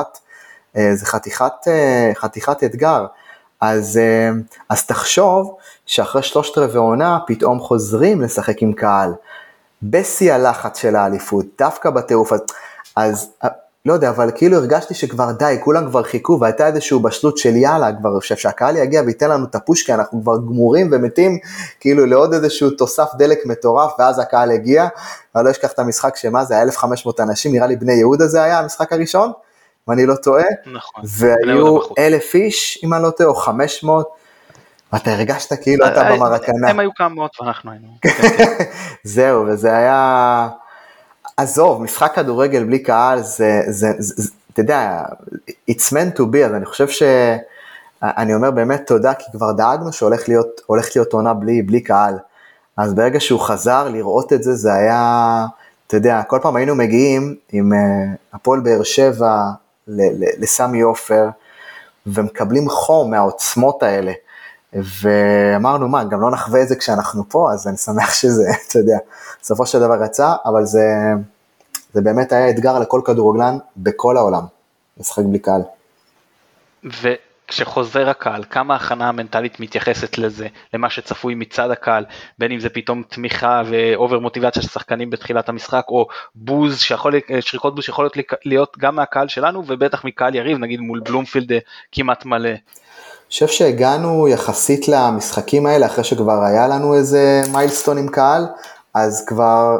חתיכת אתגר. אז תחשוב שאחרי 3/4 עונה, פתאום חוזרים לשחק עם קהל, בשיא הלחץ של האליפות, דווקא בטירוף, אז לא יודע, אבל כאילו הרגשתי שכבר די, כולם כבר חיכו, והייתה איזשהו בשלות של יאללה, כבר שהקהל יגיע וייתן לנו את הפוש, כי אנחנו כבר גמורים ומתים, כאילו לעוד איזשהו תוסף דלק מטורף, ואז הקהל הגיע, אבל לא אשכח את המשחק שמה זה, 1,500 אנשים, נראה לי בני יהודה זה היה המשחק הראשון, ואני לא טועה, נכון, והיו 1,000 איש, אם אני לא טועה, או 500, ואתה הרגשת כאילו אתה במרקנה. הם היו כמה מאות ואנחנו היינו. זהו, וזה היה... עזוב, משחק כדורגל בלי קהל, אתה יודע, it's meant to be, אז אני חושב אני אומר באמת תודה, כי כבר דאגנו שהולך להיות עונה בלי קהל, אז ברגע שהוא חזר לראות את זה, זה היה, אתה יודע, כל פעם היינו מגיעים עם הפועל באר שבע לסמי עופר, ומקבלים חום מהעוצמות האלה, ואמרנו מה, גם לא נחווה את זה כשאנחנו פה, אז אני שמח שזה, אתה יודע, בסופו של דבר יצא, אבל זה באמת היה אתגר לכל כדורגלן בכל העולם, לשחק בלי קהל. כשחוזר הקהל, כמה הכנה המנטלית מתייחסת לזה, למה שצפוי מצד הקהל, בין אם זה פתאום תמיכה ואובר מוטיבציה של שחקנים בתחילת המשחק, או בוז, שריקות בוז שיכולות להיות גם מהקהל שלנו, ובטח מקהל יריב, נגיד מול בלומפילד כמעט מלא. אני חושב שהגענו יחסית למשחקים האלה, אחרי שכבר היה לנו איזה מיילסטון עם קהל, אז כבר,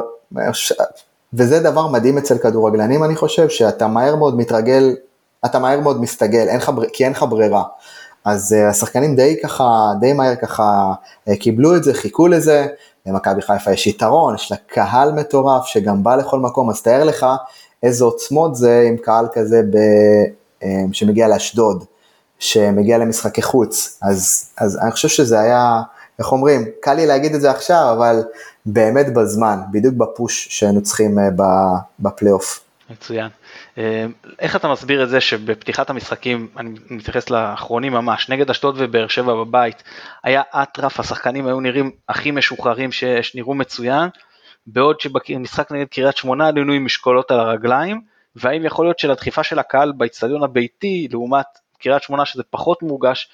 וזה דבר מדהים אצל כדורגלנים, אני חושב, שאתה מהר מאוד מתרגל, אתה מהר מאוד מסתגל, כי אין לך ברירה. אז השחקנים די מהר ככה קיבלו את זה, חיכו לזה, למכבי חיפה יש יתרון, יש לה קהל מטורף שגם בא לכל מקום, אז תאר לך איזה עוצמות זה עם קהל כזה שמגיע לאשדוד, שמגיע למשחקי חוץ, אז אני חושב שזה היה, איך אומרים, קל לי להגיד את זה עכשיו, אבל באמת בזמן, בדיוק בפוש שהיינו צריכים בפלייאוף. מצוין. איך אתה מסביר את זה שבפתיחת המשחקים, אני מתייחס לאחרונים ממש, נגד אשדוד ובאר שבע בבית, היה אטרף, השחקנים היו נראים הכי משוחררים שנראו מצוין, בעוד שבמשחק נגד קריית שמונה עלינו עם משקולות על הרגליים, והאם יכול להיות שלדחיפה של הקהל באצטדיון הביתי, לעומת קריית שמונה שזה פחות מורגש,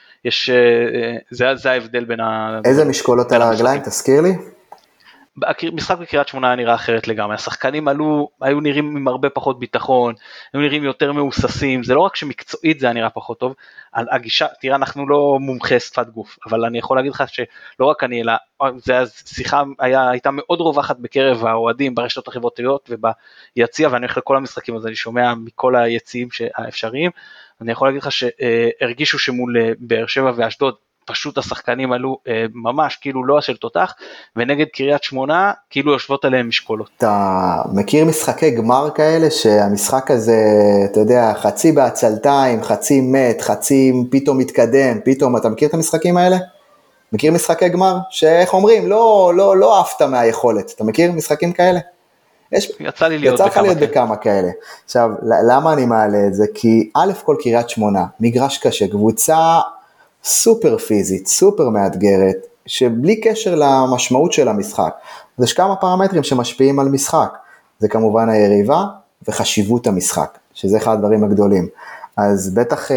זה ההבדל בין איזה משקולות על הרגליים, תזכיר לי? משחק בקריית שמונה היה נראה אחרת לגמרי, השחקנים היו נראים עם הרבה פחות ביטחון, היו נראים יותר מאוססים, זה לא רק שמקצועית זה היה נראה פחות טוב, על הגישה, תראה אנחנו לא מומחי שפת גוף, אבל אני יכול להגיד לך שלא רק אני, אלא השיחה הייתה מאוד רווחת בקרב האוהדים ברשתות החברתיות וביציע, ואני הולך לכל המשחקים, אז אני שומע מכל היציעים האפשריים, אני יכול להגיד לך שהרגישו שמול באר שבע ואשדוד, פשוט השחקנים עלו ממש כאילו לא של תותח, ונגד קריית שמונה כאילו יושבות עליהם משקולות. אתה מכיר משחקי גמר כאלה, שהמשחק הזה, אתה יודע, חצי בעצלתיים, חצי מת, חצי פתאום מתקדם, פתאום, אתה מכיר את המשחקים האלה? מכיר משחקי גמר? שאיך אומרים, לא עפת מהיכולת, אתה מכיר משחקים כאלה? יצא לי להיות בכמה כאלה. עכשיו, למה אני מעלה את זה? כי א' כל קריית שמונה, מגרש קשה, קבוצה סופר פיזית, סופר מאתגרת, שבלי קשר למשמעות של המשחק, אז יש כמה פרמטרים שמשפיעים על משחק, זה כמובן היריבה וחשיבות המשחק, שזה אחד הדברים הגדולים, אז בטח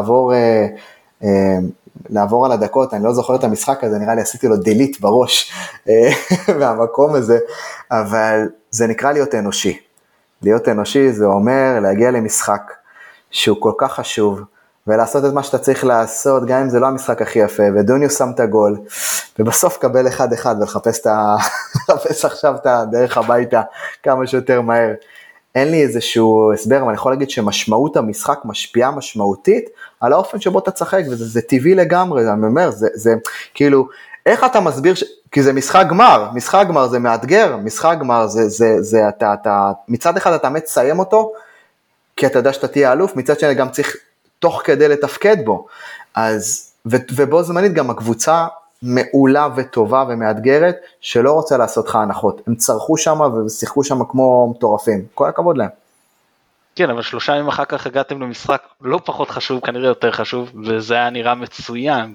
לעבור על הדקות, אני לא זוכר את המשחק הזה, נראה לי עשיתי לו דילית בראש, מהמקום הזה, אבל זה נקרא להיות אנושי, להיות אנושי זה אומר להגיע למשחק, שהוא כל כך חשוב, ולעשות את מה שאתה צריך לעשות, גם אם זה לא המשחק הכי יפה, ודוניו שם את הגול, ובסוף קבל 1-1, ולחפש עכשיו את הדרך הביתה, כמה שיותר מהר. אין לי איזשהו הסבר, אבל אני יכול להגיד שמשמעות המשחק משפיעה משמעותית, על האופן שבו אתה צחק, וזה טבעי לגמרי, אני אומר, זה כאילו, איך אתה מסביר, כי זה משחק גמר זה מאתגר, משחק גמר זה אתה, מצד אחד אתה מציים אותו, כי אתה יודע שאתה תהיה אלוף, מצד שני גם צריך תוך כדי לתפקד בו, אז, ובו זמנית גם הקבוצה מעולה וטובה ומאתגרת, שלא רוצה לעשות לך הנחות, הם צרכו שם ושיחקו שם כמו מטורפים, כל הכבוד להם. כן, אבל 3 ימים אחר כך הגעתם למשחק לא פחות חשוב, כנראה יותר חשוב, וזה היה נראה מצוין.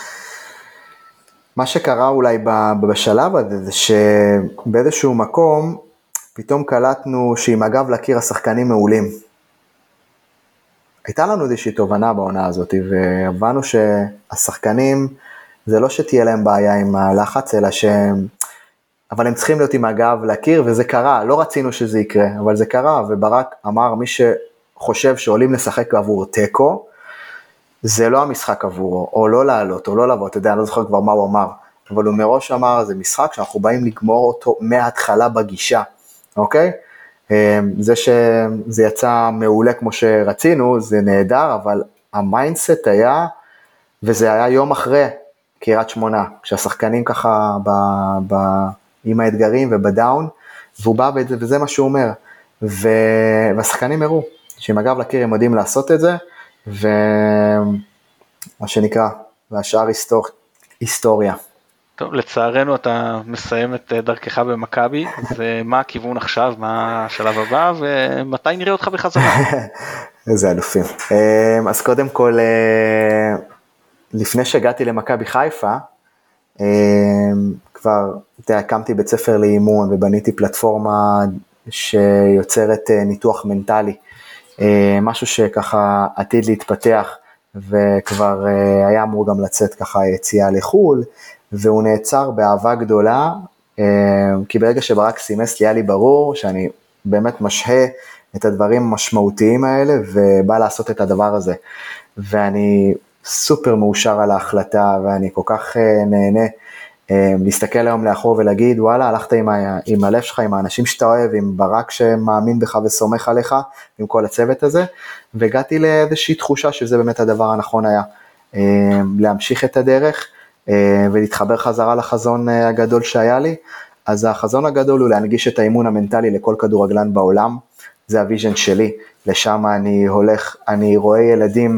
מה שקרה אולי בשלב הזה, זה שבאיזשהו מקום, פתאום קלטנו שעם הגב לקיר השחקנים מעולים, הייתה לנו איזושהי תובנה בעונה הזאת, והבנו שהשחקנים, זה לא שתהיה להם בעיה עם הלחץ, אלא אבל הם צריכים להיות עם הגב לקיר, וזה קרה, לא רצינו שזה יקרה, אבל זה קרה, וברק אמר, מי שחושב שעולים לשחק עבור טקו, זה לא המשחק עבורו, או לא לעלות, או לא לבוא, אתה יודע, אני לא זוכר כבר מה הוא אמר, אבל הוא מראש אמר, זה משחק שאנחנו באים לגמור אותו מההתחלה בגישה, אוקיי? זה שזה יצא מעולה כמו שרצינו, זה נהדר, אבל המיינדסט היה, וזה היה יום אחרי קריית שמונה, כשהשחקנים ככה עם האתגרים ובדאון, והוא בא וזה מה שהוא אומר, והשחקנים הראו, שעם הגב לקיר הם יודעים לעשות את זה, ומה שנקרא, והשאר היסטוריה. טוב, לצערנו אתה מסיים את דרכך במכבי, ומה הכיוון עכשיו, מה השלב הבא, ומתי נראה אותך בחזרה? איזה אלופים. אז קודם כל, לפני שהגעתי למכבי חיפה, כבר הקמתי בית ספר לאימון, ובניתי פלטפורמה שיוצרת ניתוח מנטלי, משהו שככה עתיד להתפתח, וכבר היה אמור גם לצאת ככה יציאה לחול, והוא נעצר באהבה גדולה, כי ברגע שברק סימס לי היה לי ברור שאני באמת משהה את הדברים המשמעותיים האלה, ובא לעשות את הדבר הזה, ואני סופר מאושר על ההחלטה, ואני כל כך נהנה, להסתכל היום לאחור ולהגיד, וואלה, הלכת עם הלב שלך, עם האנשים שאתה אוהב, עם ברק שמאמין בך וסומך עליך, עם כל הצוות הזה, והגעתי לאיזושהי תחושה שזה באמת הדבר הנכון היה, להמשיך את הדרך, ולהתחבר חזרה לחזון הגדול שהיה לי. אז החזון הגדול הוא להנגיש את האימון המנטלי לכל כדורגלן בעולם, זה הוויז'ן שלי, לשם אני הולך, אני רואה ילדים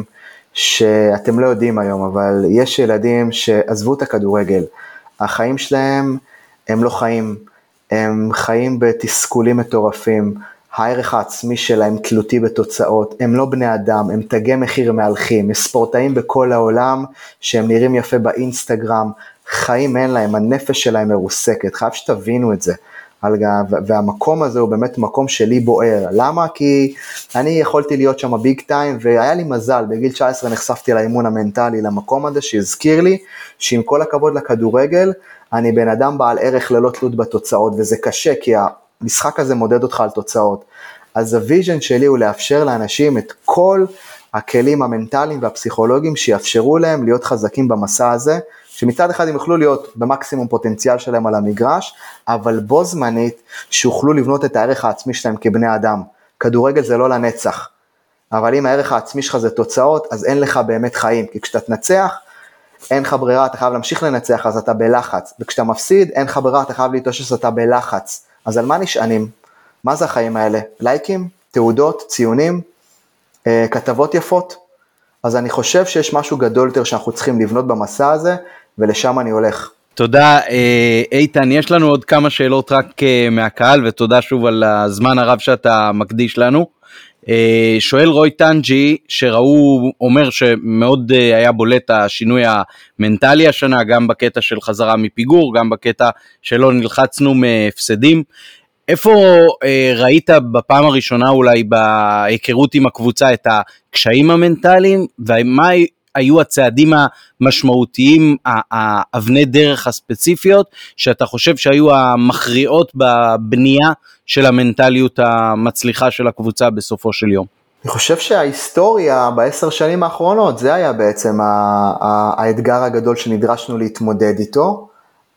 שאתם לא יודעים היום, אבל יש ילדים שעזבו את הכדורגל, החיים שלהם הם לא חיים, הם חיים בתסכולים מטורפים, הערך העצמי שלהם תלותי בתוצאות, הם לא בני אדם, הם תגי מחיר מהלכים, יש ספורטאים בכל העולם שהם נראים יפה באינסטגרם, חיים אין להם, הנפש שלהם מרוסקת, חייב שתבינו את זה, והמקום הזה הוא באמת מקום שלי בוער, למה? כי אני יכולתי להיות שם ביג טיים, והיה לי מזל, בגיל 19 נחשפתי לאימון המנטלי, למקום הזה שהזכיר לי, שעם כל הכבוד לכדורגל, אני בן אדם בעל ערך ללא תלות בתוצאות, וזה קשה, כי המשחק הזה מודד אותך על תוצאות, אז הוויז'ן שלי הוא לאפשר לאנשים את כל הכלים המנטליים והפסיכולוגיים, שיאפשרו להם להיות חזקים במסע הזה, שמצד אחד הם יוכלו להיות במקסימום פוטנציאל שלהם על המגרש, אבל בו זמנית שיוכלו לבנות את הערך העצמי שלהם כבני אדם. כדורגל זה לא לנצח, אבל אם הערך העצמי שלך זה תוצאות, אז אין לך באמת חיים, כי כשאתה תנצח, אין לך ברירה, אתה חייב להמשיך לנצח, אז אתה בלחץ, וכשאתה מפסיד, אין לך ברירה, אתה חייב להתאושש, אתה בלחץ. אז על מה נשענים? מה זה החיים האלה? לייקים, תעודות, ציונים, כתבות יפות? אז אני חושב שיש משהו גדול יותר שאנחנו צריכים לבנות במסע הזה, ולשם אני הולך. תודה איתן, יש לנו עוד כמה שאלות רק מהקהל, ותודה שוב על הזמן הרב שאתה מקדיש לנו. שואל רוי טנג'י, שראו, אומר שמאוד היה בולט השינוי המנטלי השנה, גם בקטע של חזרה מפיגור, גם בקטע שלא נלחצנו מהפסדים. איפה ראית בפעם הראשונה אולי בהיכרות עם הקבוצה את הקשיים המנטליים, ומה היו הצעדים המשמעותיים, האבני דרך הספציפיות, שאתה חושב שהיו המכריעות בבנייה של המנטליות המצליחה של הקבוצה בסופו של יום? אני חושב שההיסטוריה ב10 שנים האחרונות, זה היה בעצם האתגר הגדול שנדרשנו להתמודד איתו,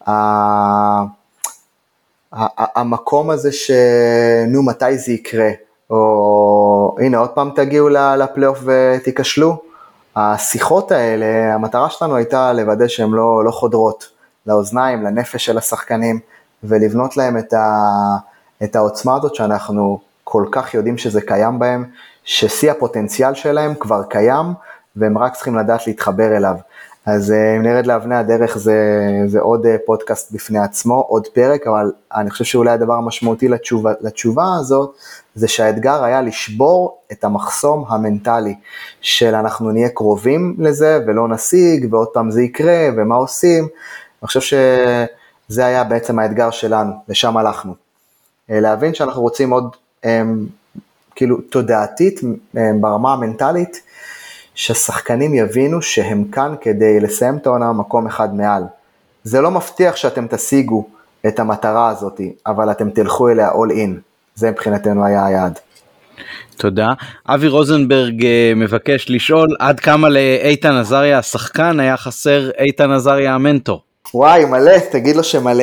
המקום הזה שנו מתי זה יקרה, או הנה עוד פעם תגיעו לפלייאוף ותיכשלו, השיחות האלה, המטרה שלנו הייתה לוודא שהן לא חודרות לאוזניים, לנפש של השחקנים, ולבנות להם את העוצמה הזאת שאנחנו כל כך יודעים שזה קיים בהם, ששיא הפוטנציאל שלהם כבר קיים, והם רק צריכים לדעת להתחבר אליו. אז אם נרד לאבני הדרך זה עוד פודקאסט בפני עצמו, עוד פרק, אבל אני חושב שאולי הדבר המשמעותי לתשובה הזאת, זה שהאתגר היה לשבור את המחסום המנטלי, של אנחנו נהיה קרובים לזה ולא נשיג, ועוד פעם זה יקרה ומה עושים. אני חושב שזה היה בעצם האתגר שלנו, לשם הלכנו. להבין שאנחנו רוצים עוד כאילו תודעתית ברמה המנטלית, שהשחקנים יבינו שהם כאן כדי לסיים את העונה מקום אחד מעל. זה לא מבטיח שאתם תשיגו את המטרה הזאת, אבל אתם תלכו אליה all in. זה מבחינתנו היה היעד. תודה. אבי רוזנברג מבקש לשאול, עד כמה לאיתן עזריה השחקן היה חסר איתן עזריה המנטור? וואי, מלא, תגיד לו שמלא.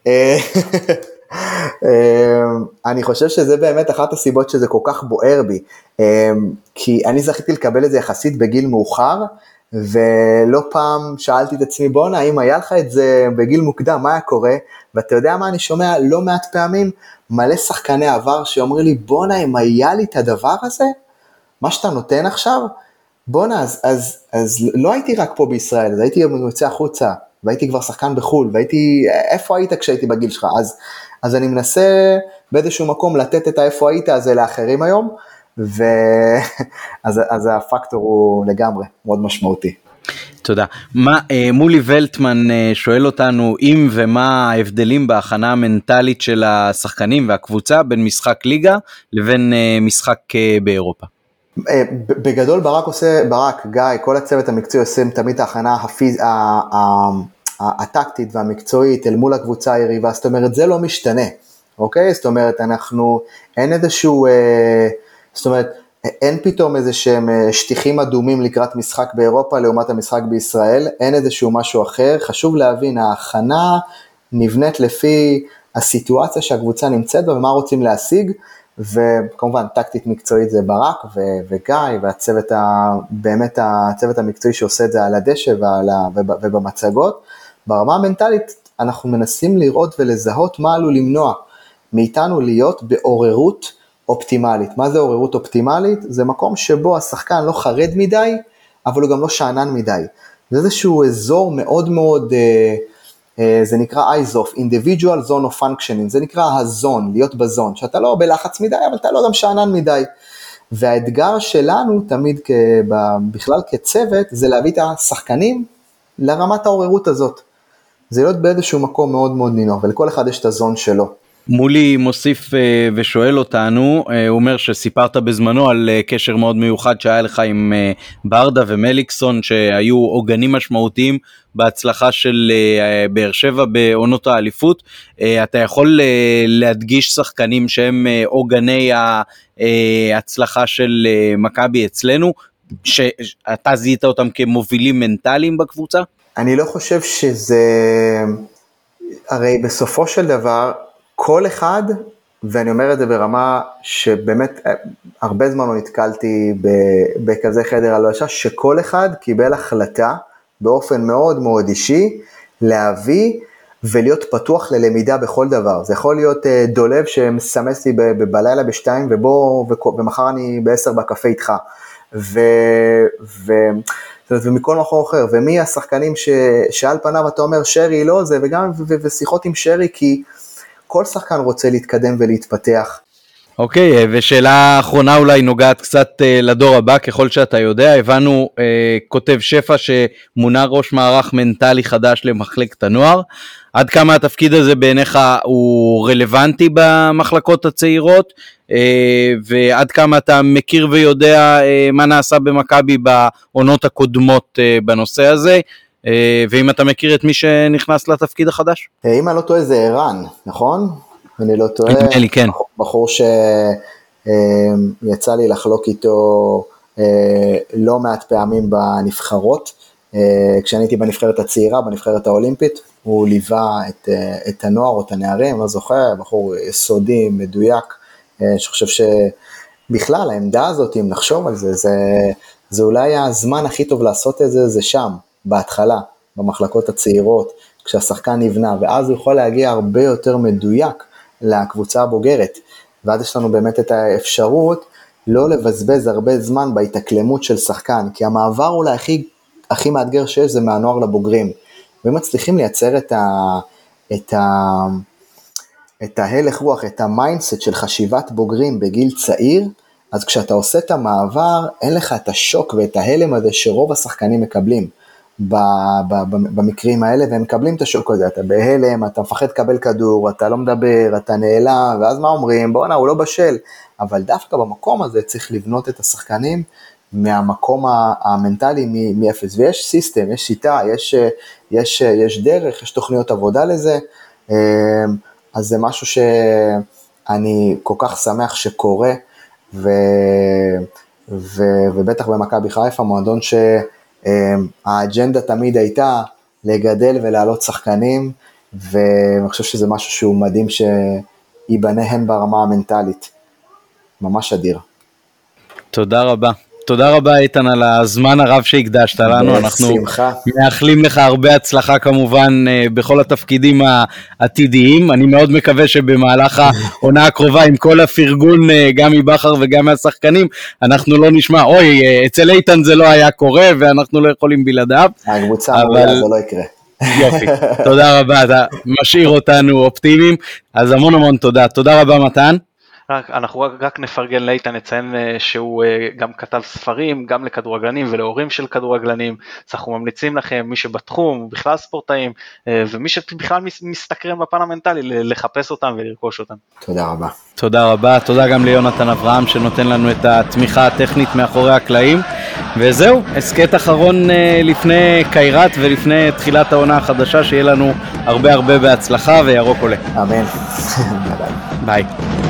אני חושב שזה באמת אחת הסיבות שזה כל כך בוער בי, כי אני זכיתי לקבל את זה יחסית בגיל מאוחר, ולא פעם שאלתי את עצמי, בונה, האם היה לך את זה בגיל מוקדם, מה היה קורה? ואתה יודע מה אני שומע לא מעט פעמים, מלא שחקני עבר שאומרים לי, בונה, אם היה לי את הדבר הזה, מה שאתה נותן עכשיו, בונה, אז לא הייתי רק פה בישראל, אז הייתי יוצא החוצה, והייתי כבר שחקן בחול, והייתי, איפה היית כשהייתי בגיל שלך? אז אני מנסה באיזשהו מקום לתת את האיפה היית הזה לאחרים היום, אז הפקטור הוא לגמרי מאוד משמעותי. תודה. מולי ולטמן שואל אותנו אם ומה ההבדלים בהכנה המנטלית של השחקנים והקבוצה בין משחק ליגה לבין משחק באירופה. בגדול ברק, גיא, כל הצוות המקצועי עושים תמיד ההכנה הטקטית והמקצועית אל מול הקבוצה היריבה, זאת אומרת זה לא משתנה, אוקיי? זאת אומרת אין איזשהו, זאת אומרת אין פתאום איזה שהם שטיחים אדומים לקראת משחק באירופה לעומת המשחק בישראל, אין איזשהו משהו אחר, חשוב להבין, ההכנה נבנית לפי הסיטואציה שהקבוצה נמצאת בה ומה רוצים להשיג, וכמובן טקטית מקצועית זה ברק וגיא והצוות באמת הצוות המקצועי שעושה את זה על הדשא ובמצגות. ברמה המנטלית אנחנו מנסים לראות ולזהות מה עלול למנוע מאיתנו להיות בעוררות אופטימלית. מה זה עוררות אופטימלית? זה מקום שבו השחקן לא חרד מדי, אבל הוא גם לא שענן מדי. זה איזשהו אזור מאוד מאוד, זה נקרא IZOF, Individual Zone of Functioning, זה נקרא הזון, להיות בזון, שאתה לא בלחץ מדי, אבל אתה לא גם שענן מדי. והאתגר שלנו תמיד בכלל כצוות, זה להביא את השחקנים לרמת העוררות הזאת. זה להיות באיזשהו מקום מאוד מאוד נינוח, ולכל אחד יש את הזון שלו. מולי מוסיף ושואל אותנו, הוא אומר שסיפרת בזמנו על קשר מאוד מיוחד שהיה לך עם ברדה ומליקסון שהיו עוגנים משמעותיים בהצלחה של באר שבע בעונות האליפות. אתה יכול להדגיש שחקנים שהם עוגני ההצלחה של מכבי אצלנו, שאתה זיהית אותם כמובילים מנטליים בקבוצה? אני לא חושב שזה, הרי בסופו של דבר כל אחד, ואני אומר את זה ברמה שבאמת הרבה זמן לא נתקלתי בכזה חדר הלבשה, שכל אחד קיבל החלטה באופן מאוד מאוד אישי, להביא ולהיות פתוח ללמידה בכל דבר. זה יכול להיות דולב שמסמס לי בלילה ב2 ומחר אני ב10 בקפה איתך. ומכל מקום אחר, ומי השחקנים שעל פניו אתה אומר שרי לא זה, וגם ושיחות עם שרי, כי כל שחקן רוצה להתקדם ולהתפתח. אוקיי, ושאלה האחרונה אולי נוגעת קצת לדור הבא, ככל שאתה יודע, הבנו, כותב שפע שמונה ראש מערך מנטלי חדש למחלקת הנוער, עד כמה התפקיד הזה בעיניך הוא רלוונטי במחלקות הצעירות, ועד כמה אתה מכיר ויודע מה נעשה במכבי בעונות הקודמות בנושא הזה, ואם אתה מכיר את מי שנכנס לתפקיד החדש? אם אני לא טועה זה ערן, נכון? אני לא טועה, כן. בחור שיצא לי לחלוק איתו לא מעט פעמים בנבחרות, כשאני הייתי בנבחרת הצעירה, בנבחרת האולימפית, הוא ליווה את הנוער או את הנערים, לא זוכר, בחור יסודי, מדויק, שחושב שבכלל העמדה הזאת, אם נחשוב על זה, זה אולי הזמן הכי טוב לעשות את זה, זה שם, בהתחלה, במחלקות הצעירות, כשהשחקן נבנה, ואז הוא יכול להגיע הרבה יותר מדויק לקבוצה הבוגרת, ואז יש לנו באמת את האפשרות לא לבזבז הרבה זמן בהתאקלמות של שחקן, כי המעבר אולי הכי מאתגר שיש זה מהנוער לבוגרים, והם מצליחים לייצר את ההלך רוח, את המיינדסט של חשיבת בוגרים בגיל צעיר, אז כשאתה עושה את המעבר, אין לך את השוק ואת ההלם הזה שרוב השחקנים מקבלים במקרים האלה, והם מקבלים את השוק הזה, אתה בהלם, אתה מפחד לקבל כדור, אתה לא מדבר, אתה נעלם, ואז מה אומרים? בוא'נה, הוא לא בשל, אבל דווקא במקום הזה צריך לבנות את השחקנים מהמקום המנטלי מאפס, ויש סיסטם, יש שיטה, יש דרך, יש תוכניות עבודה לזה, אז זה משהו שאני כל כך שמח שקורה, ובטח במכבי חיפה, מועדון שהאג'נדה תמיד הייתה לגדל ולהעלות שחקנים, ואני חושב שזה משהו שהוא מדהים שיבנה הן ברמה המנטלית, ממש אדיר. תודה רבה. תודה רבה איתן על הזמן הרב שהקדשת לנו, אנחנו מאחלים לך הרבה הצלחה כמובן בכל התפקידים העתידיים, אני מאוד מקווה שבמהלך העונה הקרובה עם כל הפרגון גם מבחר וגם מהשחקנים, אנחנו לא נשמע, אוי אצל איתן זה לא היה קורה ואנחנו לא יכולים בלעדיו. הקבוצה אבל זה לא יקרה. יופי, תודה רבה, אתה משאיר אותנו אופטימיים, אז המון המון תודה, תודה רבה מתן. אנחנו רק נפרגן לאיתן, נציין שהוא גם כתב ספרים, גם לכדורגלנים ולהורים של כדורגלנים, אז אנחנו ממליצים לכם, מי שבתחום, בכלל ספורטאים, ומי שבכלל מסתקרן בפן המנטלי, לחפש אותם ולרכוש אותם. תודה רבה. תודה רבה, תודה גם ליונתן אברהם שנותן לנו את התמיכה הטכנית מאחורי הקלעים, וזהו, הסקט אחרון לפני קיירת ולפני תחילת העונה החדשה, שיהיה לנו הרבה בהצלחה וירוק עולה. אמן. ביי.